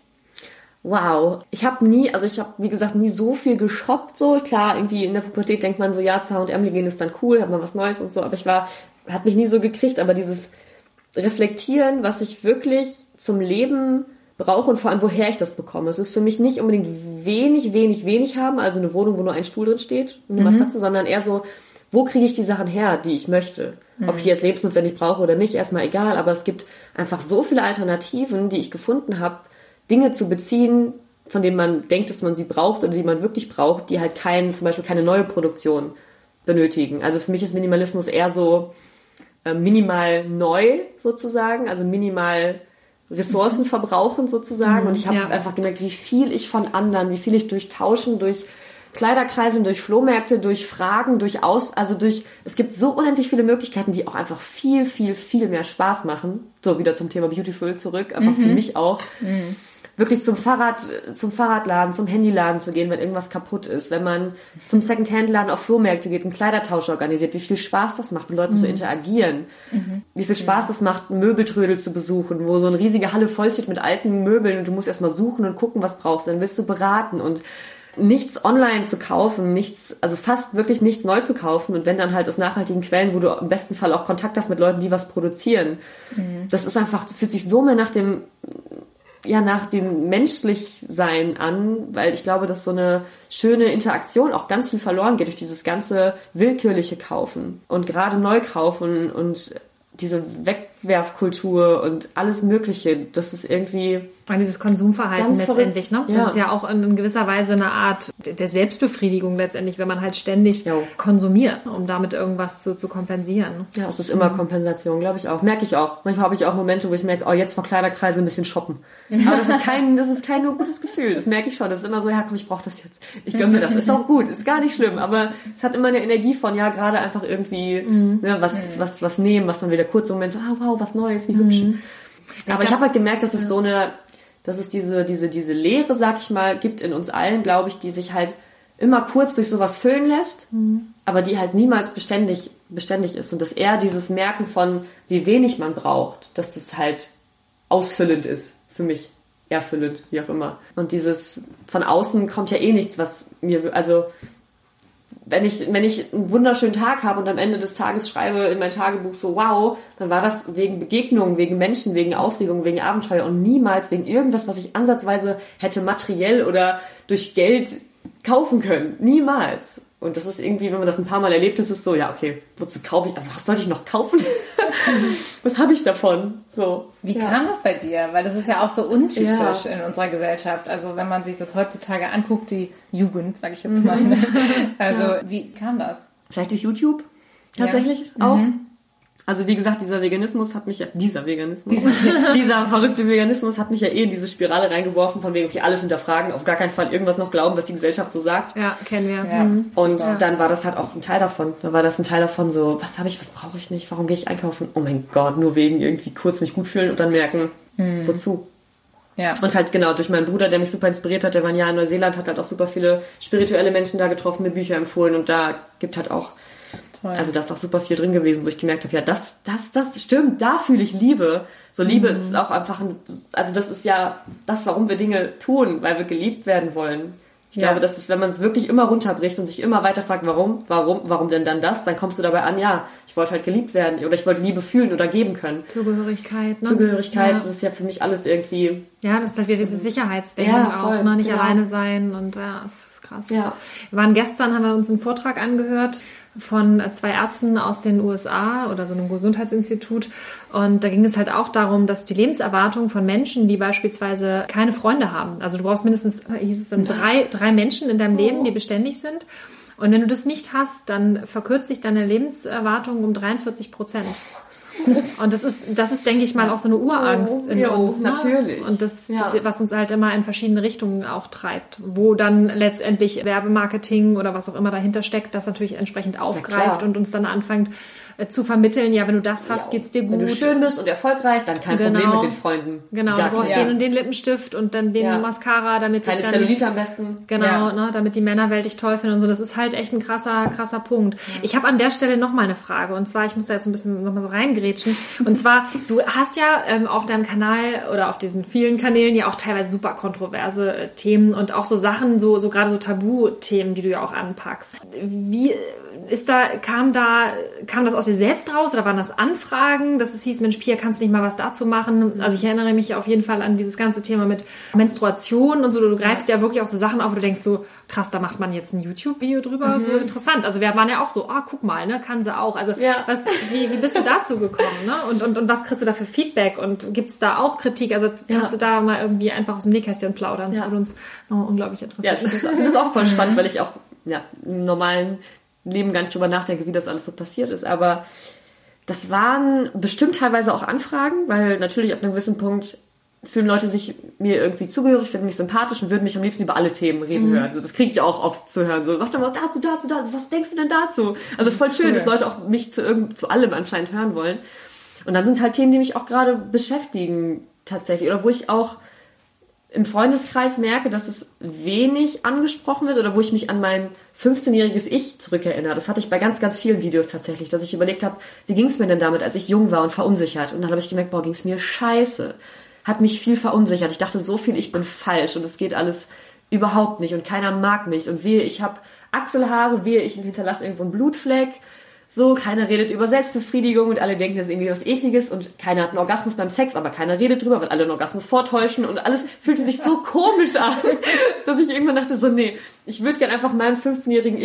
Wow, ich habe nie, also ich habe wie gesagt nie so viel geshoppt, so klar, irgendwie in der Pubertät denkt man so, ja, zu H und M gehen ist dann cool, hat man was Neues und so, aber ich war, hat mich nie so gekriegt, aber dieses Reflektieren, was ich wirklich zum Leben brauche und vor allem, woher ich das bekomme. Es ist für mich nicht unbedingt wenig, wenig, wenig haben, also eine Wohnung, wo nur ein Stuhl drin steht und eine mhm. Matratze, sondern eher so, wo kriege ich die Sachen her, die ich möchte? Mhm. Ob ich die jetzt lebensnotwendig brauche oder nicht, erstmal egal, aber es gibt einfach so viele Alternativen, die ich gefunden habe, Dinge zu beziehen, von denen man denkt, dass man sie braucht oder die man wirklich braucht, die halt kein, zum Beispiel keine neue Produktion benötigen. Also für mich ist Minimalismus eher so äh, minimal neu sozusagen, also minimal Ressourcen verbrauchen sozusagen. Und ich habe ja. einfach gemerkt, wie viel ich von anderen, wie viel ich durch Tauschen, durch Kleiderkreisen, durch Flohmärkte, durch Fragen, durch Aus, also durch, es gibt so unendlich viele Möglichkeiten, die auch einfach viel, viel, viel mehr Spaß machen. So, wieder zum Thema Beautiful zurück, einfach mhm. für mich auch. Mhm. Wirklich zum Fahrrad, zum Fahrradladen, zum Handyladen zu gehen, wenn irgendwas kaputt ist, wenn man zum Secondhand-Laden auf Flohmärkte geht, einen Kleidertausch organisiert, wie viel Spaß das macht, mit Leuten mhm. zu interagieren, mhm. wie viel Spaß das macht, Möbeltrödel zu besuchen, wo so eine riesige Halle voll steht mit alten Möbeln und du musst erstmal suchen und gucken, was brauchst du, dann wirst du beraten und nichts online zu kaufen, nichts, also fast wirklich nichts neu zu kaufen und wenn dann halt aus nachhaltigen Quellen, wo du im besten Fall auch Kontakt hast mit Leuten, die was produzieren. Mhm. Das ist einfach, das fühlt sich so mehr nach dem ja, nach dem Menschlichsein an, weil ich glaube, dass so eine schöne Interaktion auch ganz viel verloren geht durch dieses ganze willkürliche Kaufen und gerade neu kaufen und diese Weg, Wegwerfkultur und alles Mögliche. Das ist irgendwie... Dieses Konsumverhalten letztendlich, verrückt. ne? Das Ja. ist ja auch in gewisser Weise eine Art der Selbstbefriedigung letztendlich, wenn man halt ständig Jo. konsumiert, um damit irgendwas zu, zu kompensieren. Ja, es ist immer Kompensation, glaube ich auch. Merke ich auch. Manchmal habe ich auch Momente, wo ich merke, oh, jetzt vor Kleiderkreise ein bisschen shoppen. Aber das ist kein, das ist kein nur gutes Gefühl. Das merke ich schon. Das ist immer so, ja komm, ich brauche das jetzt. Ich gönne mir das. Ist auch gut. Ist gar nicht schlimm. Aber es hat immer eine Energie von, ja, gerade einfach irgendwie mhm. ne, was, mhm. was, was nehmen, was man wieder kurz im Moment so, ah, wow, was Neues, wie hübsch. Mhm. Aber ich, ich habe halt gemerkt, dass es so eine, dass es diese, diese, diese Leere, sag ich mal, gibt in uns allen, glaube ich, die sich halt immer kurz durch sowas füllen lässt, mhm. aber die halt niemals beständig, beständig ist. Und dass eher dieses Merken von, wie wenig man braucht, dass das halt ausfüllend ist für mich. Erfüllend, wie auch immer. Und dieses, von außen kommt ja eh nichts, was mir, also, wenn ich, wenn ich einen wunderschönen Tag habe und am Ende des Tages schreibe in mein Tagebuch so, wow, dann war das wegen Begegnungen, wegen Menschen, wegen Aufregung, wegen Abenteuer und niemals wegen irgendwas, was ich ansatzweise hätte materiell oder durch Geld kaufen können. Niemals. Und das ist irgendwie, wenn man das ein paar Mal erlebt, ist es so, ja, okay, wozu kaufe ich, was sollte ich noch kaufen? Was habe ich davon? So. Wie ja. kam das bei dir? Weil das ist ja auch so untypisch ja. in unserer Gesellschaft. Also wenn man sich das heutzutage anguckt, die Jugend, sage ich jetzt mal. Mhm. Also ja. wie kam das? Vielleicht durch YouTube tatsächlich ja. auch. Mhm. Also wie gesagt, dieser Veganismus hat mich ja, dieser Veganismus, dieser, dieser verrückte Veganismus hat mich ja eh in diese Spirale reingeworfen, von wegen, okay, alles hinterfragen, auf gar keinen Fall irgendwas noch glauben, was die Gesellschaft so sagt. Ja, kennen wir. Ja. Mhm. Und Super. Dann war das halt auch ein Teil davon. Dann war das ein Teil davon so, was habe ich, was brauche ich nicht, warum gehe ich einkaufen? Oh mein Gott, nur wegen irgendwie kurz mich gut fühlen und dann merken, mhm. wozu? Ja. Und halt genau, durch meinen Bruder, der mich super inspiriert hat, der war ein Jahr in Neuseeland, hat halt auch super viele spirituelle Menschen da getroffen, mir Bücher empfohlen und da gibt halt auch Toll. Also da ist auch super viel drin gewesen, wo ich gemerkt habe, ja, das, das, das stimmt, da fühle ich Liebe. So Liebe mhm. ist auch einfach ein, also das ist ja das, warum wir Dinge tun, weil wir geliebt werden wollen. Ich ja. glaube, das ist, wenn man es wirklich immer runterbricht und sich immer weiter fragt, warum, warum, warum denn dann das, dann kommst du dabei an, ja, ich wollte halt geliebt werden oder ich wollte Liebe fühlen oder geben können. Zugehörigkeit, ne? Zugehörigkeit, ja. das ist ja für mich alles irgendwie... Ja, das ist wieder dieses Sicherheitsdenken ja, voll, auch, ne? Nicht genau. alleine sein und ja, das ist krass. Ja. Wir waren gestern, haben wir uns einen Vortrag angehört von zwei Ärzten aus den U S A oder so einem Gesundheitsinstitut. Und da ging es halt auch darum, dass die Lebenserwartung von Menschen, die beispielsweise keine Freunde haben, also du brauchst mindestens, hieß es dann, drei, drei Menschen in deinem Leben, die beständig sind. Und wenn du das nicht hast, dann verkürzt sich deine Lebenserwartung um dreiundvierzig Prozent. Und das ist, das ist, denke ich mal, auch so eine Urangst in jo, uns. Ne? Natürlich. Und das, ja. was uns halt immer in verschiedene Richtungen auch treibt, wo dann letztendlich Werbemarketing oder was auch immer dahinter steckt, das natürlich entsprechend aufgreift und uns dann anfängt äh, zu vermitteln, ja, wenn du das hast, ja. geht's dir gut. Wenn du schön bist und erfolgreich, dann kein genau. Problem mit den Freunden. Genau, Gar du brauchst ja. den und den Lippenstift und dann den ja. Mascara, damit Keine dann, Zellulite am besten. Genau, ja. ne, damit die Männerwelt dich toll finden und so. Das ist halt echt ein krasser, krasser Punkt. Ja. Ich habe an der Stelle nochmal eine Frage und zwar, ich muss da jetzt ein bisschen nochmal so reingrätschen und zwar, du hast ja ähm, auf deinem Kanal oder auf diesen vielen Kanälen ja auch teilweise super kontroverse äh, Themen und auch so Sachen, so, so gerade so Tabuthemen, die du ja auch anpackst. Wie ist da, kam da, kam das aus dir selbst raus oder waren das Anfragen, dass es hieß, Mensch, Pia, kannst du nicht mal was dazu machen? Also ich erinnere mich auf jeden Fall an dieses ganze Thema mit Menstruation und so, du greifst ja wirklich auch so Sachen auf, wo du denkst so, krass, da macht man jetzt ein YouTube-Video drüber, mhm. so interessant. Also wir waren ja auch so, ah, guck mal, ne, kann sie auch. Also ja. was, wie, wie bist du dazu gekommen, ne? Und, und, und was kriegst du da für Feedback? Und gibt's da auch Kritik? Also kannst ja. du da mal irgendwie einfach aus dem Nähkästchen plaudern? Das ja. würde uns oh, unglaublich interessieren. Ja, ich finde das, das auch voll spannend, weil ich auch ja, im normalen Leben gar nicht drüber nachdenke, wie das alles so passiert ist. Aber das waren bestimmt teilweise auch Anfragen, weil natürlich ab einem gewissen Punkt fühlen Leute sich mir irgendwie zugehörig, finden mich sympathisch und würden mich am liebsten über alle Themen reden mhm. hören. Also das kriege ich auch oft zu hören. So, mach doch was dazu, dazu, dazu. Was denkst du denn dazu? Also voll schön, cool. dass Leute auch mich zu, irgend, zu allem anscheinend hören wollen. Und dann sind es halt Themen, die mich auch gerade beschäftigen tatsächlich. Oder wo ich auch im Freundeskreis merke, dass es wenig angesprochen wird oder wo ich mich an mein fünfzehnjähriges Ich zurückerinnere. Das hatte ich bei ganz, ganz vielen Videos tatsächlich, dass ich überlegt habe, wie ging es mir denn damit, als ich jung war und verunsichert? Und dann habe ich gemerkt, boah, ging es mir scheiße. Hat mich viel verunsichert. Ich dachte so viel, ich bin falsch und es geht alles überhaupt nicht und keiner mag mich. Und wehe, ich habe Achselhaare, wehe, ich hinterlasse irgendwo einen Blutfleck. So, keiner redet über Selbstbefriedigung und alle denken, das ist irgendwie was Ekliges und keiner hat einen Orgasmus beim Sex, aber keiner redet drüber, weil alle einen Orgasmus vortäuschen und alles fühlte sich so komisch an, dass ich irgendwann dachte so, nee, ich würde gerne einfach meinem fünfzehnjährigen Ich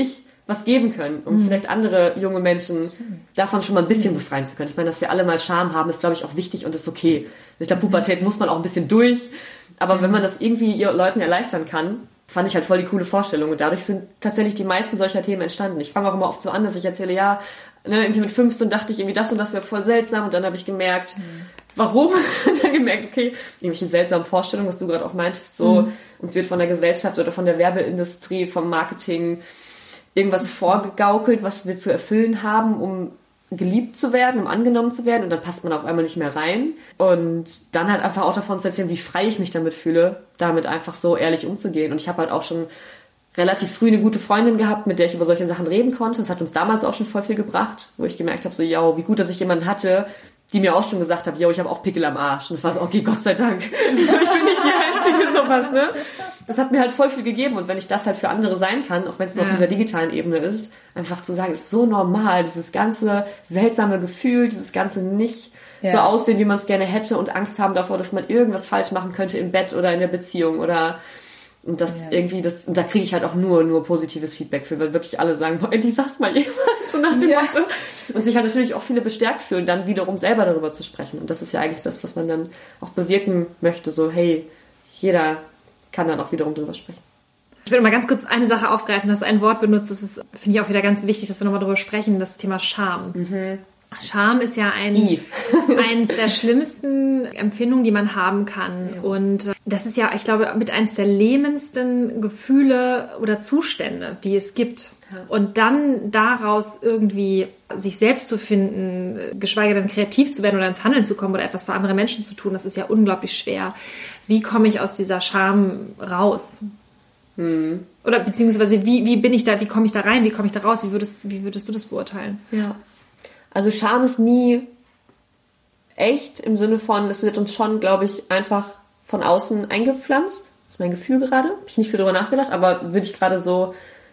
was geben können, um mhm. vielleicht andere junge Menschen davon schon mal ein bisschen befreien zu können. Ich meine, dass wir alle mal Scham haben, ist, glaube ich, auch wichtig und ist okay. Ich glaube, Pubertät muss man auch ein bisschen durch, aber mhm. wenn man das irgendwie ihr Leuten erleichtern kann, fand ich halt voll die coole Vorstellung und dadurch sind tatsächlich die meisten solcher Themen entstanden. Ich fange auch immer oft so an, dass ich erzähle, ja, ne, irgendwie mit fünfzehn dachte ich irgendwie das und das wäre voll seltsam und dann habe ich gemerkt, mhm. warum? Und dann gemerkt, okay, irgendwelche seltsamen Vorstellungen, was du gerade auch meintest, so, mhm. uns wird von der Gesellschaft oder von der Werbeindustrie, vom Marketing irgendwas vorgegaukelt, was wir zu erfüllen haben, um geliebt zu werden, um angenommen zu werden und dann passt man auf einmal nicht mehr rein und dann halt einfach auch davon zu erzählen, wie frei ich mich damit fühle, damit einfach so ehrlich umzugehen und ich habe halt auch schon relativ früh eine gute Freundin gehabt, mit der ich über solche Sachen reden konnte. Das hat uns damals auch schon voll viel gebracht, wo ich gemerkt habe, so, ja, wie gut, dass ich jemanden hatte, die mir auch schon gesagt hat, yo, ich habe auch Pickel am Arsch. Und das war so, okay, Gott sei Dank. Also ich bin nicht die Einzige, sowas, ne? Das hat mir halt voll viel gegeben. Und wenn ich das halt für andere sein kann, auch wenn es nur ja. auf dieser digitalen Ebene ist, einfach zu sagen, ist so normal, dieses ganze seltsame Gefühl, dieses ganze nicht ja. so aussehen, wie man es gerne hätte und Angst haben davor, dass man irgendwas falsch machen könnte im Bett oder in der Beziehung oder und das ja. irgendwie, das, und da kriege ich halt auch nur, nur positives Feedback für, weil wirklich alle sagen, boah, endlich sag's mal jemand, so nach dem ja. Motto. Und sich halt natürlich auch viele bestärkt fühlen, dann wiederum selber darüber zu sprechen. Und das ist ja eigentlich das, was man dann auch bewirken möchte, so, hey, jeder kann dann auch wiederum drüber sprechen. Ich will mal ganz kurz eine Sache aufgreifen, dass ein Wort benutzt, das ist, finde ich auch wieder ganz wichtig, dass wir nochmal drüber sprechen, das Thema Scham. Mhm. Scham ist ja ein, eines der schlimmsten Empfindungen, die man haben kann. Ja. Und das ist ja, ich glaube, mit eines der lähmendsten Gefühle oder Zustände, die es gibt. Ja. Und dann daraus irgendwie sich selbst zu finden, geschweige denn kreativ zu werden oder ins Handeln zu kommen oder etwas für andere Menschen zu tun, das ist ja unglaublich schwer. Wie komme ich aus dieser Scham raus? Hm. Oder beziehungsweise wie, wie bin ich da, wie komme ich da rein, wie komme ich da raus? Wie würdest, wie würdest du das beurteilen? Ja. Also Scham ist nie echt im Sinne von, das wird uns schon, glaube ich, einfach von außen eingepflanzt. Das ist mein Gefühl gerade. Habe ich nicht viel drüber nachgedacht, aber würde ich gerade so,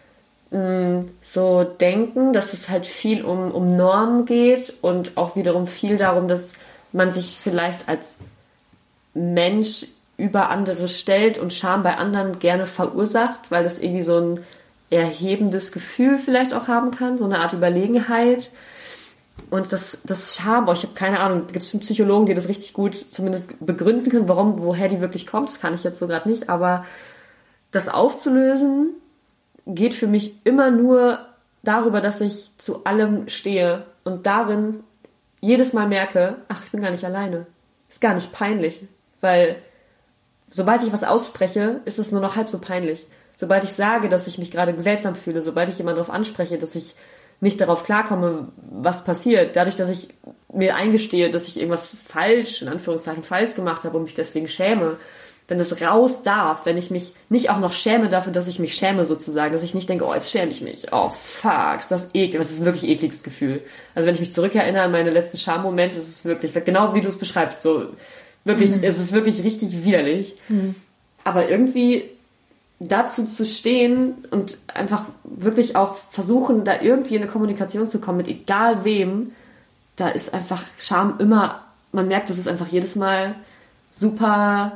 mh, so denken, dass es halt viel um, um Normen geht und auch wiederum viel darum, dass man sich vielleicht als Mensch über andere stellt und Scham bei anderen gerne verursacht, weil das irgendwie so ein erhebendes Gefühl vielleicht auch haben kann, so eine Art Überlegenheit. Und das, das Scham, boah, ich habe keine Ahnung, gibt es Psychologen, die das richtig gut zumindest begründen können, warum, woher die wirklich kommt, das kann ich jetzt so gerade nicht, aber das aufzulösen geht für mich immer nur darüber, dass ich zu allem stehe und darin jedes Mal merke, ach, ich bin gar nicht alleine. Ist gar nicht peinlich, weil sobald ich was ausspreche, ist es nur noch halb so peinlich. Sobald ich sage, dass ich mich gerade seltsam fühle, sobald ich jemanden darauf anspreche, dass ich nicht darauf klarkomme, was passiert, dadurch, dass ich mir eingestehe, dass ich irgendwas falsch, in Anführungszeichen falsch gemacht habe und mich deswegen schäme, wenn das raus darf, wenn ich mich nicht auch noch schäme dafür, dass ich mich schäme sozusagen, dass ich nicht denke, oh, jetzt schäme ich mich, oh fuck, ist das eklig, das ist ein wirklich ekliges Gefühl. Also wenn ich mich zurückerinnere an meine letzten Schammomente, ist es wirklich, genau wie du es beschreibst, so wirklich, mhm. es ist wirklich richtig widerlich. Mhm. Aber irgendwie dazu zu stehen und einfach wirklich auch versuchen, da irgendwie in eine Kommunikation zu kommen mit egal wem, da ist einfach Scham immer, man merkt, das ist einfach jedes Mal super,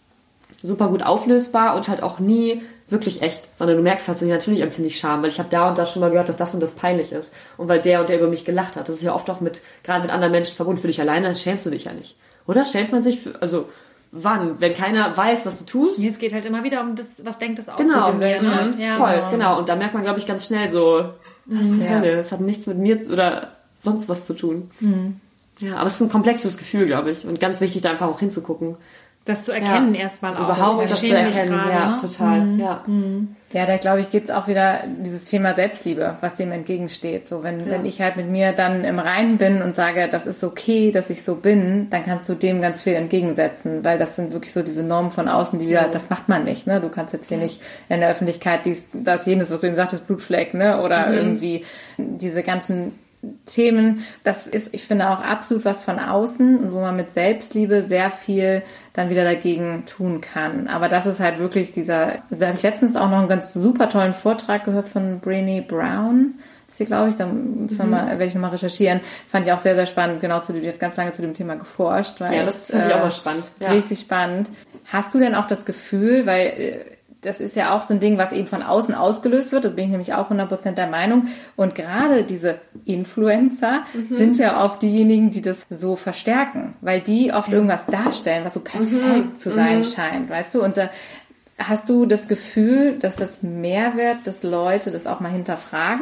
super gut auflösbar und halt auch nie wirklich echt, sondern du merkst halt so, ja, natürlich empfinde ich Scham, weil ich habe da und da schon mal gehört, dass das und das peinlich ist und weil der und der über mich gelacht hat. Das ist ja oft auch mit, gerade mit anderen Menschen verbunden. Für dich alleine schämst du dich ja nicht. Oder? Schämt man sich für, also wann? Wenn keiner weiß, was du tust? Es geht halt immer wieder um das, was denkt das aus. Genau, ne? Ja, voll, genau. genau. Und da merkt man, glaube ich, ganz schnell so, was mhm, ja. Hölle, das hat nichts mit mir oder sonst was zu tun. Mhm. Ja, aber es ist ein komplexes Gefühl, glaube ich. Und ganz wichtig, da einfach auch hinzugucken. Das zu erkennen ja. erstmal auch. Überhaupt das zu erkennen, grade, ja, ne? total. Mhm. Ja, mhm. ja, da glaube ich, geht's auch wieder dieses Thema Selbstliebe, was dem entgegensteht. So, wenn, ja. wenn ich halt mit mir dann im Reinen bin und sage, das ist okay, dass ich so bin, dann kannst du dem ganz viel entgegensetzen, weil das sind wirklich so diese Normen von außen, die wieder, ja. das macht man nicht, ne? Du kannst jetzt hier ja. nicht in der Öffentlichkeit dies, das, jenes, was du eben sagtest, Blutfleck, ne? Oder mhm. irgendwie diese ganzen Themen, das ist, ich finde, auch absolut was von außen und wo man mit Selbstliebe sehr viel dann wieder dagegen tun kann. Aber das ist halt wirklich dieser, also da habe ich letztens auch noch einen ganz super tollen Vortrag gehört von Brené Brown, ist hier, glaube ich, da muss man mhm. mal, werde ich nochmal recherchieren. Fand ich auch sehr, sehr spannend, genau zu dem, die hat ganz lange zu dem Thema geforscht. Weil ja, das finde ich auch mal spannend. Ja. Richtig spannend. Hast du denn auch das Gefühl, weil das ist ja auch so ein Ding, was eben von außen ausgelöst wird. Das bin ich nämlich auch hundert Prozent der Meinung. Und gerade diese Influencer mhm. sind ja oft diejenigen, die das so verstärken, weil die oft irgendwas darstellen, was so perfekt mhm. zu sein mhm. scheint, weißt du? Und da hast du das Gefühl, dass das mehr wird, dass Leute das auch mal hinterfragen?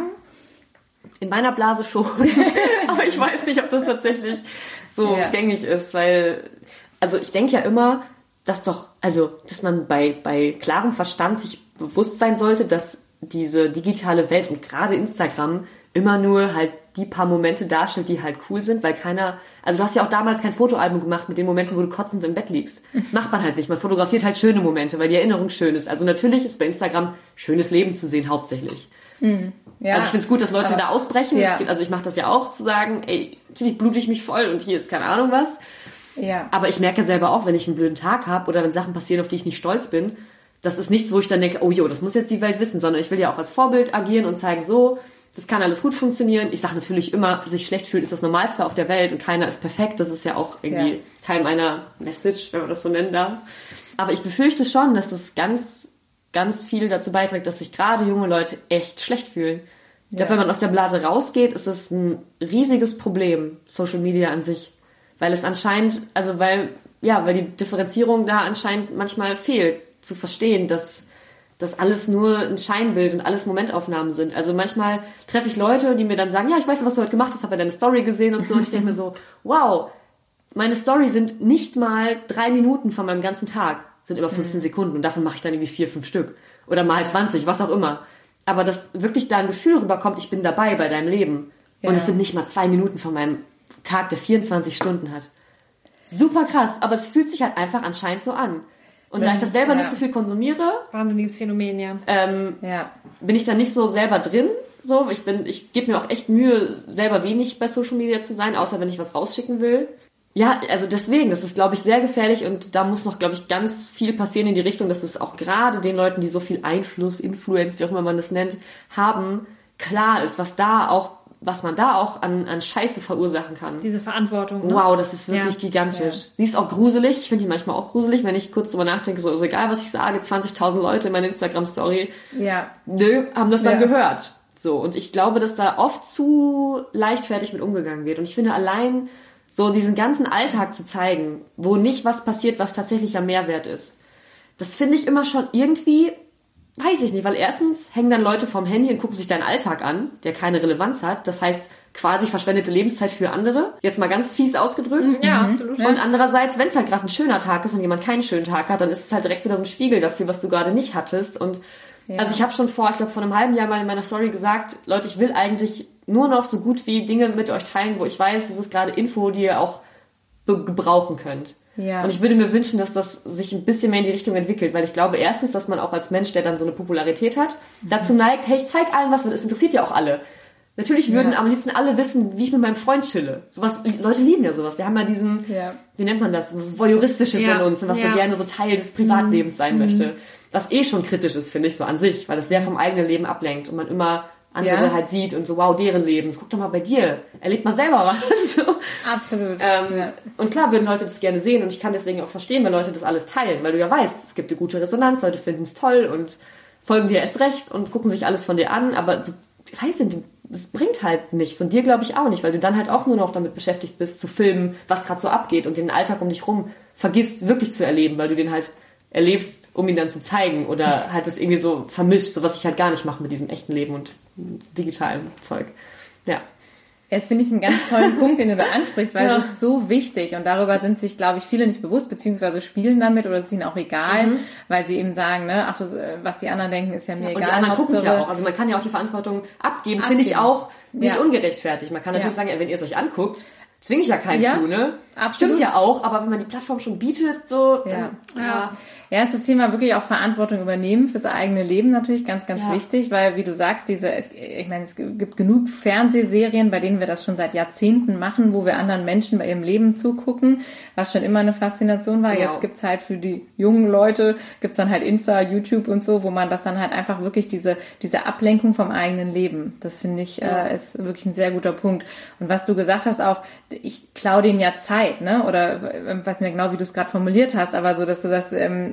In meiner Blase schon. Aber ich weiß nicht, ob das tatsächlich so ja. gängig ist, weil, also ich denke ja immer, dass doch, also, dass man bei, bei klarem Verstand sich bewusst sein sollte, dass diese digitale Welt und gerade Instagram immer nur halt die paar Momente darstellt, die halt cool sind, weil keiner, also du hast ja auch damals kein Fotoalbum gemacht mit den Momenten, wo du kotzend im Bett liegst. Macht man halt nicht. Man fotografiert halt schöne Momente, weil die Erinnerung schön ist. Also natürlich ist bei Instagram schönes Leben zu sehen, hauptsächlich. Mhm. Ja, also ich finde es gut, dass Leute aber, da ausbrechen. Ja. Ich, also ich mache das ja auch, zu sagen, ey, natürlich blute ich mich voll und hier ist keine Ahnung was. Ja. Aber ich merke selber auch, wenn ich einen blöden Tag habe oder wenn Sachen passieren, auf die ich nicht stolz bin, das ist nichts, wo ich dann denke, oh jo, das muss jetzt die Welt wissen, sondern ich will ja auch als Vorbild agieren und zeigen, so, das kann alles gut funktionieren. Ich sage natürlich immer, sich schlecht fühlen ist das Normalste auf der Welt und keiner ist perfekt. Das ist ja auch irgendwie ja. Teil meiner Message, wenn man das so nennen darf. Aber ich befürchte schon, dass das ganz, ganz viel dazu beiträgt, dass sich gerade junge Leute echt schlecht fühlen. Ich ja. glaube, wenn man aus der Blase rausgeht, ist es ein riesiges Problem, Social Media an sich. Weil es anscheinend, also weil, ja, weil die Differenzierung da anscheinend manchmal fehlt, zu verstehen, dass das alles nur ein Scheinbild und alles Momentaufnahmen sind. Also manchmal treffe ich Leute, die mir dann sagen, ja, ich weiß ja, was du heute gemacht hast, habe ja deine Story gesehen und so. Und ich denke mir so, wow, meine Story sind nicht mal drei Minuten von meinem ganzen Tag, sind immer fünfzehn Sekunden und davon mache ich dann irgendwie vier, fünf Stück. Oder mal zwanzig, was auch immer. Aber dass wirklich da ein Gefühl rüberkommt, ich bin dabei bei deinem Leben. Ja. Und es sind nicht mal zwei Minuten von meinem Tag, der vierundzwanzig Stunden hat. Super krass, aber es fühlt sich halt einfach anscheinend so an. Und das, da ich das selber ja. nicht so viel konsumiere, wahnsinniges Phänomen, ja. Ähm, ja. bin ich da nicht so selber drin. So, ich bin, ich gebe mir auch echt Mühe, selber wenig bei Social Media zu sein, außer wenn ich was rausschicken will. Ja, also deswegen, das ist, glaube ich, sehr gefährlich und da muss noch, glaube ich, ganz viel passieren in die Richtung, dass es auch gerade den Leuten, die so viel Einfluss, Influence, wie auch immer man das nennt, haben, klar ist, was da auch was man da auch an, an Scheiße verursachen kann. Diese Verantwortung. Ne? Wow, das ist wirklich ja. gigantisch. Ja. Die ist auch gruselig. Ich finde die manchmal auch gruselig, wenn ich kurz drüber nachdenke, so, so egal, was ich sage, zwanzigtausend Leute in meiner Instagram-Story, ja. nö, haben das dann ja. gehört. So, und ich glaube, dass da oft zu leichtfertig mit umgegangen wird. Und ich finde, allein so diesen ganzen Alltag zu zeigen, wo nicht was passiert, was tatsächlicher Mehrwert ist, das finde ich immer schon irgendwie... Weiß ich nicht, weil erstens hängen dann Leute vom Handy und gucken sich deinen Alltag an, der keine Relevanz hat. Das heißt, quasi verschwendete Lebenszeit für andere. Jetzt mal ganz fies ausgedrückt. Ja, mhm. absolut. Und andererseits, wenn es halt gerade ein schöner Tag ist und jemand keinen schönen Tag hat, dann ist es halt direkt wieder so ein Spiegel dafür, was du gerade nicht hattest. Und ja. also ich habe schon vor, ich glaube vor einem halben Jahr mal in meiner Story gesagt, Leute, ich will eigentlich nur noch so gut wie Dinge mit euch teilen, wo ich weiß, es ist gerade Info, die ihr auch be- gebrauchen könnt. Ja. Und ich würde mir wünschen, dass das sich ein bisschen mehr in die Richtung entwickelt, weil ich glaube erstens, dass man auch als Mensch, der dann so eine Popularität hat, mhm. dazu neigt, hey, ich zeig allen was, weil es interessiert ja auch alle. Natürlich würden ja. am liebsten alle wissen, wie ich mit meinem Freund chille. Sowas, Leute lieben ja sowas. Wir haben ja diesen, ja. wie nennt man das, was Voyeuristisches ja. in uns, was ja. so gerne so Teil des Privatlebens mhm. sein mhm. möchte. Was eh schon kritisch ist, finde ich, so an sich, weil das sehr vom eigenen Leben ablenkt und man immer andere ja. halt sieht und so, wow, deren Leben. Guck doch mal bei dir. Erlebt mal selber was. so. Absolut. Ähm, ja. Und klar würden Leute das gerne sehen und ich kann deswegen auch verstehen, wenn Leute das alles teilen, weil du ja weißt, es gibt eine gute Resonanz, Leute finden es toll und folgen dir erst recht und gucken sich alles von dir an, aber du weißt nicht, das bringt halt nichts und dir glaube ich auch nicht, weil du dann halt auch nur noch damit beschäftigt bist, zu filmen, was gerade so abgeht und den Alltag um dich rum vergisst wirklich zu erleben, weil du den halt erlebst, um ihn dann zu zeigen oder halt das irgendwie so vermischt, so was ich halt gar nicht mache mit diesem echten Leben und digitalem Zeug. Ja. Das finde ich einen ganz tollen Punkt, den du da ansprichst, weil ja. es ist so wichtig und darüber sind sich, glaube ich, viele nicht bewusst, beziehungsweise spielen damit oder es ist ihnen auch egal, mhm. weil sie eben sagen, ne, ach, das, was die anderen denken, ist ja mir ja, egal. Und die anderen gucken es ja auch, also man kann ja auch die Verantwortung abgeben, abgeben. finde ich auch nicht ja. ungerechtfertigt. Man kann natürlich ja. sagen, wenn ihr es euch anguckt, zwinge ich ja keinen ja, zu, ne? Absolut. Stimmt ja auch, aber wenn man die Plattform schon bietet, so, dann, ja. ja. Ja, ist das Thema wirklich auch Verantwortung übernehmen fürs eigene Leben natürlich ganz, ganz ja. wichtig, weil, wie du sagst, diese, es, ich meine, es gibt genug Fernsehserien, bei denen wir das schon seit Jahrzehnten machen, wo wir anderen Menschen bei ihrem Leben zugucken, was schon immer eine Faszination war. Genau. Jetzt gibt's halt für die jungen Leute, gibt's dann halt Insta, YouTube und so, wo man das dann halt einfach wirklich diese, diese Ablenkung vom eigenen Leben, das finde ich, ja. äh, ist wirklich ein sehr guter Punkt. Und was du gesagt hast auch, ich klaue denen ja Zeit, ne, oder, ich weiß nicht mehr genau, wie du es gerade formuliert hast, aber so, dass du das, ähm,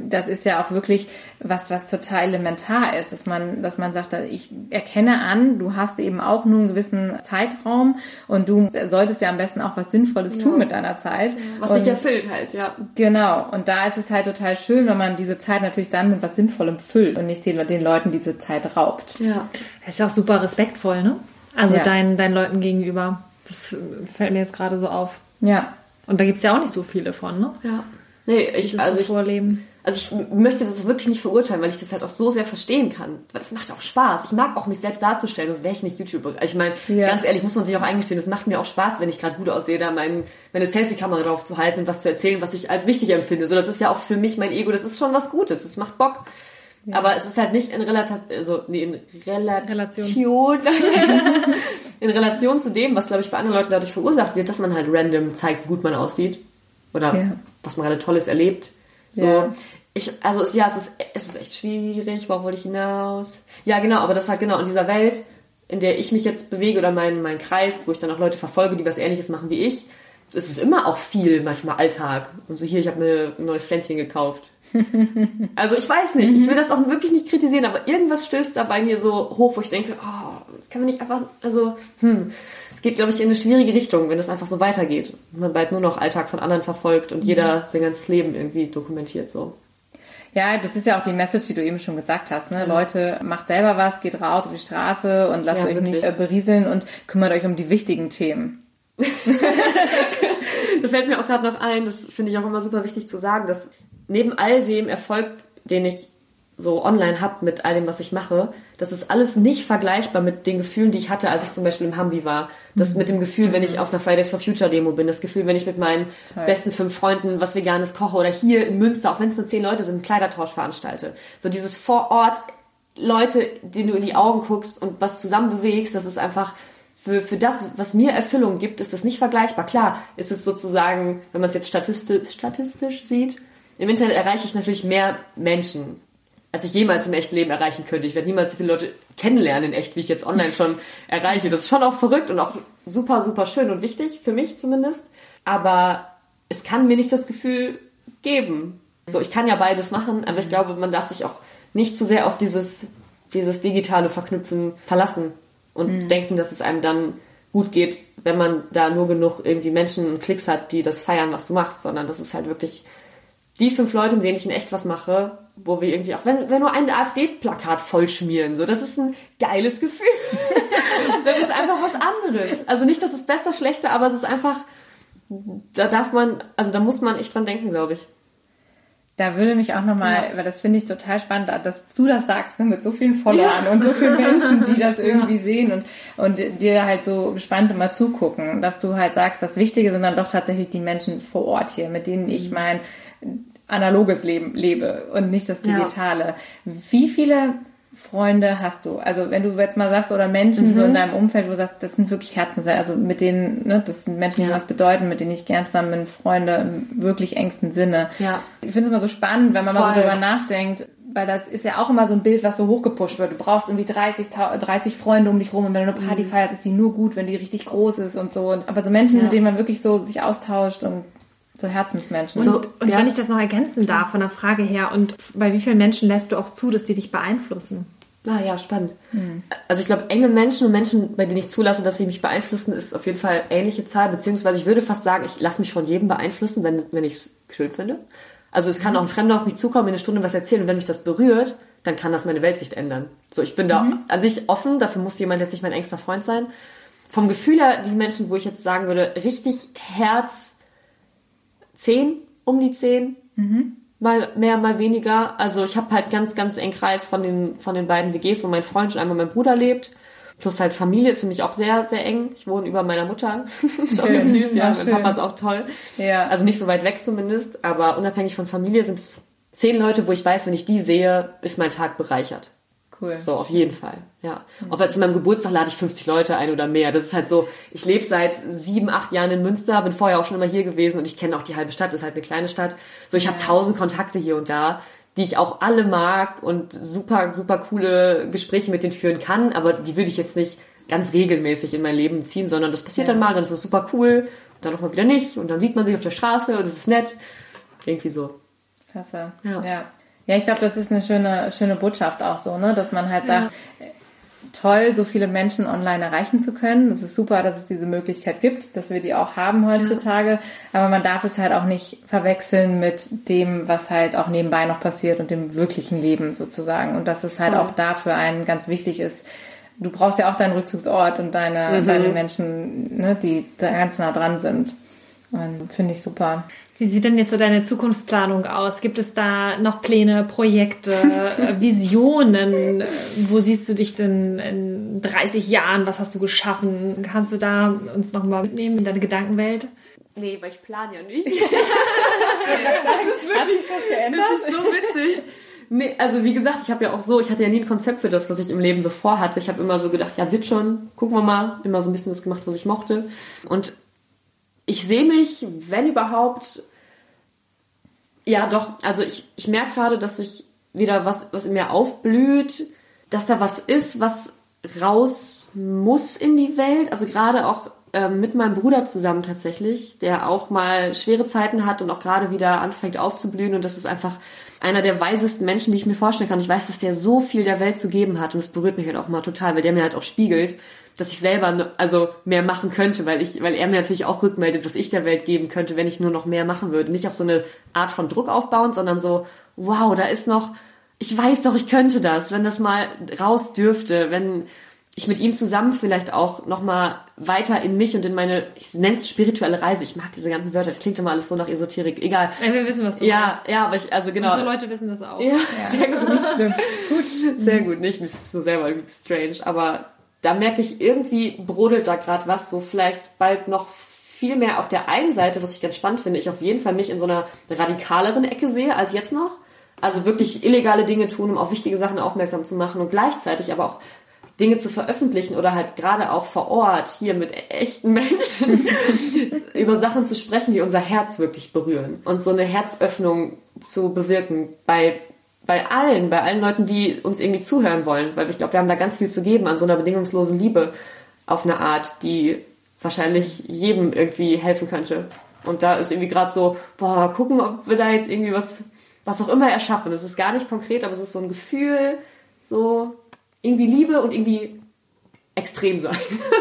das ist ja auch wirklich was, was total elementar ist, dass man, dass man sagt, ich erkenne an, du hast eben auch nur einen gewissen Zeitraum und du solltest ja am besten auch was Sinnvolles ja. tun mit deiner Zeit. Was und, dich erfüllt halt, ja. Genau. Und da ist es halt total schön, wenn man diese Zeit natürlich dann mit was Sinnvollem füllt und nicht den, den Leuten diese Zeit raubt. Ja. Das ist auch super respektvoll, ne? Also ja. deinen, deinen Leuten gegenüber. Das fällt mir jetzt gerade so auf. Ja. Und da gibt's ja auch nicht so viele von, ne? Ja. Nee, ich, also ich, vorleben. also ich möchte das wirklich nicht verurteilen, weil ich das halt auch so sehr verstehen kann. Weil das macht auch Spaß. Ich mag auch mich selbst darzustellen, sonst wäre ich nicht YouTuber. Also ich meine, ja. ganz ehrlich, muss man sich auch eingestehen, das macht mir auch Spaß, wenn ich gerade gut aussehe, da mein, meine Selfie-Kamera drauf zu halten und was zu erzählen, was ich als wichtig empfinde. So, das ist ja auch für mich mein Ego, das ist schon was Gutes, das macht Bock. Ja. Aber es ist halt nicht in Relation, also nee, in Rela- Relation, in Relation zu dem, was, glaube ich, bei anderen Leuten dadurch verursacht wird, dass man halt random zeigt, wie gut man aussieht. Oder ja. was man gerade Tolles erlebt. So, ja. ich, also es, ja, es ist, es ist echt schwierig. Worauf wollte ich hinaus? Ja, genau, aber das halt genau in dieser Welt, in der ich mich jetzt bewege oder mein, mein Kreis, wo ich dann auch Leute verfolge, die was Ähnliches machen wie ich, es ist immer auch viel, manchmal Alltag. Und so hier, ich habe mir ein neues Pflänzchen gekauft. Also ich weiß nicht, ich will das auch wirklich nicht kritisieren, aber irgendwas stößt da bei mir so hoch, wo ich denke, oh, kann man nicht einfach, also, hm, es geht, glaube ich, in eine schwierige Richtung, wenn das einfach so weitergeht. Und man bald nur noch Alltag von anderen verfolgt und jeder sein ganzes Leben irgendwie dokumentiert, so. Ja, das ist ja auch die Message, die du eben schon gesagt hast, ne? Ja. Leute, macht selber was, geht raus auf die Straße und lasst ja, euch wirklich. nicht berieseln und kümmert euch um die wichtigen Themen. Da fällt mir auch gerade noch ein, das finde ich auch immer super wichtig zu sagen, dass neben all dem Erfolg, den ich so online habe mit all dem, was ich mache, das ist alles nicht vergleichbar mit den Gefühlen, die ich hatte, als ich zum Beispiel im Hambi war. Das mit dem Gefühl, wenn ich auf einer Fridays for Future Demo bin, das Gefühl, wenn ich mit meinen Toll. besten fünf Freunden was Veganes koche oder hier in Münster, auch wenn es nur zehn Leute sind, einen Kleidertausch veranstalte. So dieses vor Ort Leute, denen du in die Augen guckst und was zusammen bewegst, das ist einfach Für, für das, was mir Erfüllung gibt, ist das nicht vergleichbar. Klar, ist es sozusagen, wenn man es jetzt statistisch, statistisch sieht, im Internet erreiche ich natürlich mehr Menschen, als ich jemals im echten Leben erreichen könnte. Ich werde niemals so viele Leute kennenlernen in echt, wie ich jetzt online schon erreiche. Das ist schon auch verrückt und auch super, super schön und wichtig, für mich zumindest. Aber es kann mir nicht das Gefühl geben. So, ich kann ja beides machen, aber ich glaube, man darf sich auch nicht zu sehr auf dieses, dieses digitale Verknüpfen verlassen. Und mhm. denken, dass es einem dann gut geht, wenn man da nur genug irgendwie Menschen und Klicks hat, die das feiern, was du machst, sondern das ist halt wirklich die fünf Leute, mit denen ich in echt was mache, wo wir irgendwie auch, wenn, wenn nur ein AfD-Plakat vollschmieren, so, das ist ein geiles Gefühl. Das ist einfach was anderes. Also nicht, dass es besser, schlechter, aber es ist einfach, da darf man, also da muss man echt dran denken, glaube ich. Da würde mich auch nochmal, ja. weil das finde ich total spannend, dass du das sagst, ne, mit so vielen Followern ja. und so vielen Menschen, die das irgendwie ja. sehen und, und dir halt so gespannt immer zugucken, dass du halt sagst, das Wichtige sind dann doch tatsächlich die Menschen vor Ort hier, mit denen ich mein analoges Leben lebe und nicht das Digitale. Ja. Wie viele Freunde hast du? Also wenn du jetzt mal sagst, oder Menschen mhm. so in deinem Umfeld, wo du sagst, das sind wirklich Herzensleute, also mit denen, ne, das sind Menschen, die ja. was bedeuten, mit denen ich gern zusammen bin, Freunde im wirklich engsten Sinne. Ja. Ich finde es immer so spannend, wenn man Voll. mal so drüber nachdenkt, weil das ist ja auch immer so ein Bild, was so hochgepusht wird. Du brauchst irgendwie dreißig, dreißig Freunde um dich rum und wenn du eine Party mhm. feierst, ist die nur gut, wenn die richtig groß ist und so. Aber so Menschen, ja. mit denen man wirklich so sich austauscht und so Herzensmenschen. Und, so, und ja. wenn ich das noch ergänzen darf von der Frage her, und bei wie vielen Menschen lässt du auch zu, dass die dich beeinflussen? Ah ja, spannend. Hm. Also ich glaube, enge Menschen und Menschen, bei denen ich zulasse, dass sie mich beeinflussen, ist auf jeden Fall ähnliche Zahl, beziehungsweise ich würde fast sagen, ich lasse mich von jedem beeinflussen, wenn, wenn ich es schön finde. Also es kann auch ein Fremder auf mich zukommen, mir eine Stunde was erzählen und wenn mich das berührt, dann kann das meine Weltsicht ändern. So, ich bin da mhm. an sich offen, dafür muss jemand jetzt nicht mein engster Freund sein. Vom Gefühl her, die Menschen, wo ich jetzt sagen würde, richtig Herz zehn, um die zehn, mhm. mal mehr, mal weniger. Also ich habe halt ganz, ganz engen Kreis von den, von den beiden W Gs, wo mein Freund und einmal mein Bruder lebt. Plus halt Familie ist für mich auch sehr, sehr eng. Ich wohne über meiner Mutter. Ist auch ganz süß, ja. Mein Papa ist auch toll. Ja. Also nicht so weit weg zumindest. Aber unabhängig von Familie sind es zehn Leute, wo ich weiß, wenn ich die sehe, ist mein Tag bereichert. Cool. So, auf jeden Fall, ja. Ob jetzt zu meinem Geburtstag lade ich fünfzig Leute ein oder mehr. Das ist halt so, ich lebe seit sieben, acht Jahren in Münster, bin vorher auch schon immer hier gewesen und ich kenne auch die halbe Stadt, ist halt eine kleine Stadt. So, ich ja. habe tausend Kontakte hier und da, die ich auch alle mag und super, super coole Gespräche mit denen führen kann, aber die würde ich jetzt nicht ganz regelmäßig in mein Leben ziehen, sondern das passiert ja. dann mal, dann ist das super cool, und dann nochmal wieder nicht und dann sieht man sich auf der Straße und es ist nett. Irgendwie so. Klasse. Ja. Ja, ja, ich glaube, das ist eine schöne, schöne Botschaft auch so, ne, dass man halt sagt, ja. toll, so viele Menschen online erreichen zu können. Das ist super, dass es diese Möglichkeit gibt, dass wir die auch haben heutzutage. Ja. Aber man darf es halt auch nicht verwechseln mit dem, was halt auch nebenbei noch passiert und dem wirklichen Leben sozusagen. Und dass es halt ja. auch dafür einen ganz wichtig ist. Du brauchst ja auch deinen Rückzugsort und deine, mhm. deine Menschen, ne, die da ganz nah dran sind. Und finde ich super. Wie sieht denn jetzt so deine Zukunftsplanung aus? Gibt es da noch Pläne, Projekte, Visionen? Wo siehst du dich denn in dreißig Jahren? Was hast du geschaffen? Kannst du da uns noch mal mitnehmen in deine Gedankenwelt? Nee, weil ich plane ja nicht. Das ist wirklich, das geändert? Das ist so witzig. Nee, also wie gesagt, ich habe ja auch so, ich hatte ja nie ein Konzept für das, was ich im Leben so vorhatte. Ich habe immer so gedacht, ja, wird schon, gucken wir mal. Immer so ein bisschen das gemacht, was ich mochte. Und ich sehe mich, wenn überhaupt, ja doch, also ich, ich merke gerade, dass sich wieder was, was in mir aufblüht, dass da was ist, was raus muss in die Welt. Also gerade auch ähm, mit meinem Bruder zusammen tatsächlich, der auch mal schwere Zeiten hat und auch gerade wieder anfängt aufzublühen. Und das ist einfach einer der weisesten Menschen, die ich mir vorstellen kann. Ich weiß, dass der so viel der Welt zu geben hat und es berührt mich halt auch mal total, weil der mir halt auch spiegelt, dass ich selber also mehr machen könnte, weil ich, weil er mir natürlich auch rückmeldet, was ich der Welt geben könnte, wenn ich nur noch mehr machen würde. Nicht auf so eine Art von Druck aufbauen, sondern so, wow, da ist noch, ich weiß doch, ich könnte das, wenn das mal raus dürfte, wenn ich mit ihm zusammen vielleicht auch noch mal weiter in mich und in meine, ich nenne es spirituelle Reise. Ich mag diese ganzen Wörter, das klingt immer alles so nach Esoterik. Egal. Ja, wir wissen, was du ja, meinst. Ja, aber ich, also genau. Unsere Leute wissen das auch. Ja, ja. Sehr gut. Nicht schlimm. Gut. Sehr gut. Nicht, mir ist so selber irgendwie strange, aber da merke ich, irgendwie brodelt da gerade was, wo vielleicht bald noch viel mehr auf der einen Seite, was ich ganz spannend finde, ich auf jeden Fall mich in so einer radikaleren Ecke sehe als jetzt noch. Also wirklich illegale Dinge tun, um auf wichtige Sachen aufmerksam zu machen und gleichzeitig aber auch Dinge zu veröffentlichen oder halt gerade auch vor Ort hier mit echten Menschen über Sachen zu sprechen, die unser Herz wirklich berühren und so eine Herzöffnung zu bewirken bei bei allen, bei allen Leuten, die uns irgendwie zuhören wollen, weil ich glaube, wir haben da ganz viel zu geben an so einer bedingungslosen Liebe auf eine Art, die wahrscheinlich jedem irgendwie helfen könnte. Und da ist irgendwie gerade so, boah, gucken, ob wir da jetzt irgendwie was, was auch immer erschaffen. Das ist gar nicht konkret, aber es ist so ein Gefühl, so irgendwie Liebe und irgendwie extrem sein.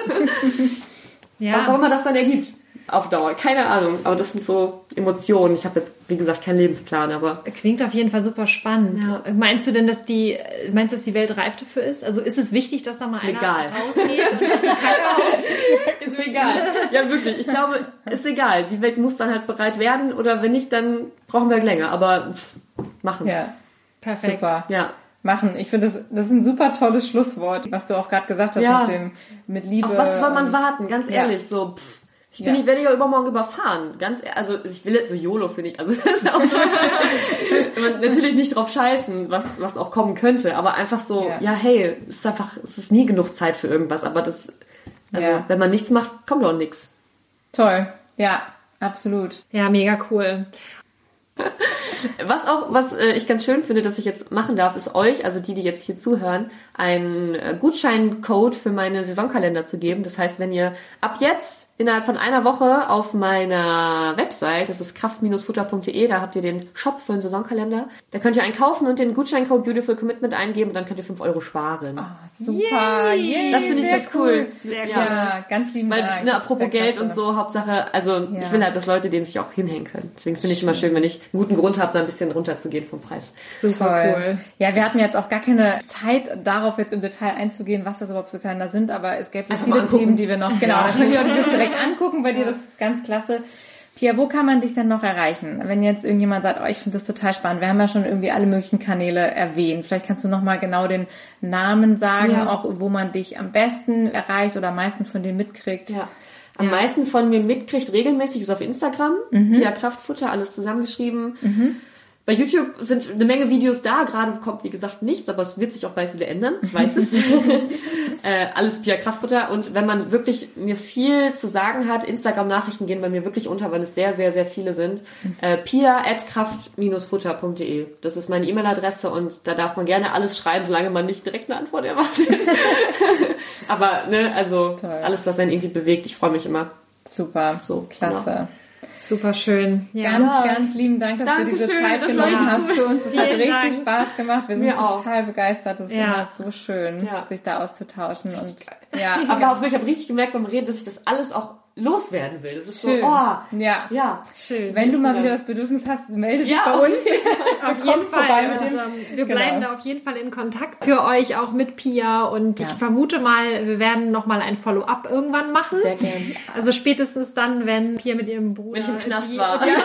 Ja. Was auch immer das dann ergibt. Auf Dauer, keine Ahnung, aber das sind so Emotionen. Ich habe jetzt, wie gesagt, keinen Lebensplan, aber... Klingt auf jeden Fall super spannend. Ja. Meinst du denn, dass die, meinst du, dass die Welt reif dafür ist? Also ist es wichtig, dass da mal ist einer egal. rausgeht und die Kacke Ist mir egal. Ja, wirklich. Ich glaube, ist egal. Die Welt muss dann halt bereit werden oder wenn nicht, dann brauchen wir länger. Aber pff, machen. Ja, perfekt. Super. Ja. Machen. Ich finde, das, das ist ein super tolles Schlusswort, was du auch gerade gesagt hast ja. mit dem, mit Liebe. Auf was soll man warten? Ganz ehrlich, ja. so, pff. Ich bin, ja. ich werde ja übermorgen überfahren. Ganz, also ich will jetzt so YOLO, finde ich. Also das ist auch so ein natürlich nicht drauf scheißen, was was auch kommen könnte, aber einfach so, ja, ja hey, es ist einfach, es ist nie genug Zeit für irgendwas. Aber das, also ja. wenn man nichts macht, kommt auch nichts. Toll, ja, absolut. Ja, mega cool. Was auch, was äh, ich ganz schön finde, dass ich jetzt machen darf, ist euch, also die, die jetzt hier zuhören, einen äh, Gutscheincode für meine Saisonkalender zu geben. Das heißt, wenn ihr ab jetzt innerhalb von einer Woche auf meiner Website, das ist kraft futter punkt de, da habt ihr den Shop für einen Saisonkalender, da könnt ihr einen kaufen und den Gutscheincode Beautiful Commitment eingeben und dann könnt ihr fünf Euro sparen. Oh, super, yay, das finde ich ganz cool. cool. Sehr ja. ja, ganz lieben Weil, Dank. Ne, apropos Geld und so, Hauptsache, also ja. ich will halt, dass Leute den sich auch hinhängen können. Deswegen finde ich immer schön, wenn ich einen guten Grund habe, da ein bisschen runterzugehen vom Preis. Super cool. Ja, wir hatten jetzt auch gar keine Zeit, darauf jetzt im Detail einzugehen, was das überhaupt für Kalender sind, aber es gäbe jetzt viele Themen, die wir noch, genau, ja. da könnt ihr euch das direkt angucken bei dir, das ist ganz klasse. Pia, wo kann man dich denn noch erreichen? Wenn jetzt irgendjemand sagt, oh, ich finde das total spannend, wir haben ja schon irgendwie alle möglichen Kanäle erwähnt, vielleicht kannst du noch mal genau den Namen sagen, ja. auch wo man dich am besten erreicht oder am meisten von dir mitkriegt. Ja. Am ja. meisten von mir mitkriegt regelmäßig ist auf Instagram, mhm. Pia Kraftfutter, alles zusammengeschrieben. Mhm. Bei YouTube sind eine Menge Videos da, gerade kommt wie gesagt nichts, aber es wird sich auch bald wieder ändern, ich weiß es. äh, alles Pia Kraftfutter und wenn man wirklich mir viel zu sagen hat, Instagram-Nachrichten gehen bei mir wirklich unter, weil es sehr, sehr, sehr viele sind. Äh, pia at kraft futter punkt de, das ist meine E-Mail-Adresse und da darf man gerne alles schreiben, solange man nicht direkt eine Antwort erwartet. Aber ne, also Toll. Alles, was einen irgendwie bewegt, ich freue mich immer. Super, so klasse. Genau. Super schön. Ja. Ganz, ja. ganz lieben Dank, dass Dankeschön, du diese Zeit genommen hast für uns. Es hat richtig Dank. Spaß gemacht. Wir sind Mir total auch. begeistert. Das ist ja. immer so schön, ja. sich da auszutauschen. Und, ja. Aber auch, ich habe richtig gemerkt beim Reden, dass ich das alles auch loswerden will. Das ist schön. so, oh, ja. ja. Schön. Wenn du mal wieder das Bedürfnis hast, melde dich ja, bei uns. Auf jeden Fall. Mit dem, wir bleiben genau. da auf jeden Fall in Kontakt für euch, auch mit Pia. Und ja. ich vermute mal, wir werden nochmal ein Follow-up irgendwann machen. Sehr gerne. Also spätestens dann, wenn Pia mit ihrem Bruder... Wenn ich im Knast war. Ja.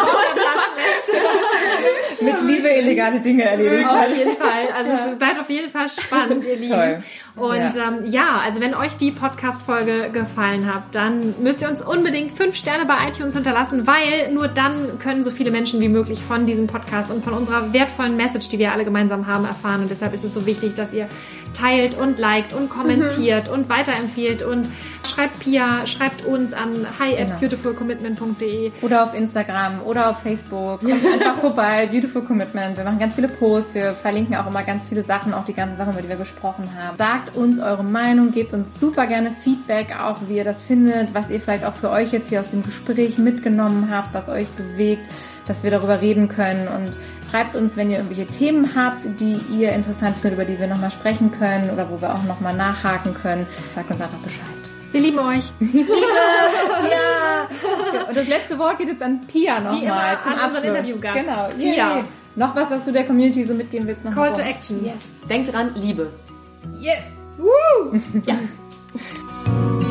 mit Liebe illegale Dinge erledigt. Auf jeden Fall. Also ja. es bleibt auf jeden Fall spannend, ihr Lieben. Toll. Und ja. Ähm, ja, also wenn euch die Podcast-Folge gefallen hat, dann müsst ihr uns unbedingt fünf Sterne bei iTunes hinterlassen, weil nur dann können so viele Menschen wie möglich von diesem Podcast und von unserer wertvollen Message, die wir alle gemeinsam haben, erfahren. Und deshalb ist es so wichtig, dass ihr teilt und liked und kommentiert mhm. und weiterempfiehlt und schreibt Pia, schreibt uns an hi genau. at beautiful commitment punkt de oder auf Instagram oder auf Facebook. Kommt einfach vorbei, Beautiful Commitment. Wir machen ganz viele Posts, wir verlinken auch immer ganz viele Sachen, auch die ganzen Sachen, über die wir gesprochen haben. Sagt uns eure Meinung, gebt uns super gerne Feedback, auch wie ihr das findet, was ihr vielleicht auch für euch jetzt hier aus dem Gespräch mitgenommen habt, was euch bewegt, dass wir darüber reden können. Und schreibt uns, wenn ihr irgendwelche Themen habt, die ihr interessant findet, über die wir nochmal sprechen können oder wo wir auch nochmal nachhaken können. Sagt uns einfach Bescheid. Wir lieben euch. Liebe! Ja! Und das letzte Wort geht jetzt an Pia nochmal zum Abschluss. Interviewgast. Genau. Pia. Noch was, was du der Community so mitgeben willst? Noch Call to action. Yes. Denkt dran, Liebe. Yes. Woo! Ja.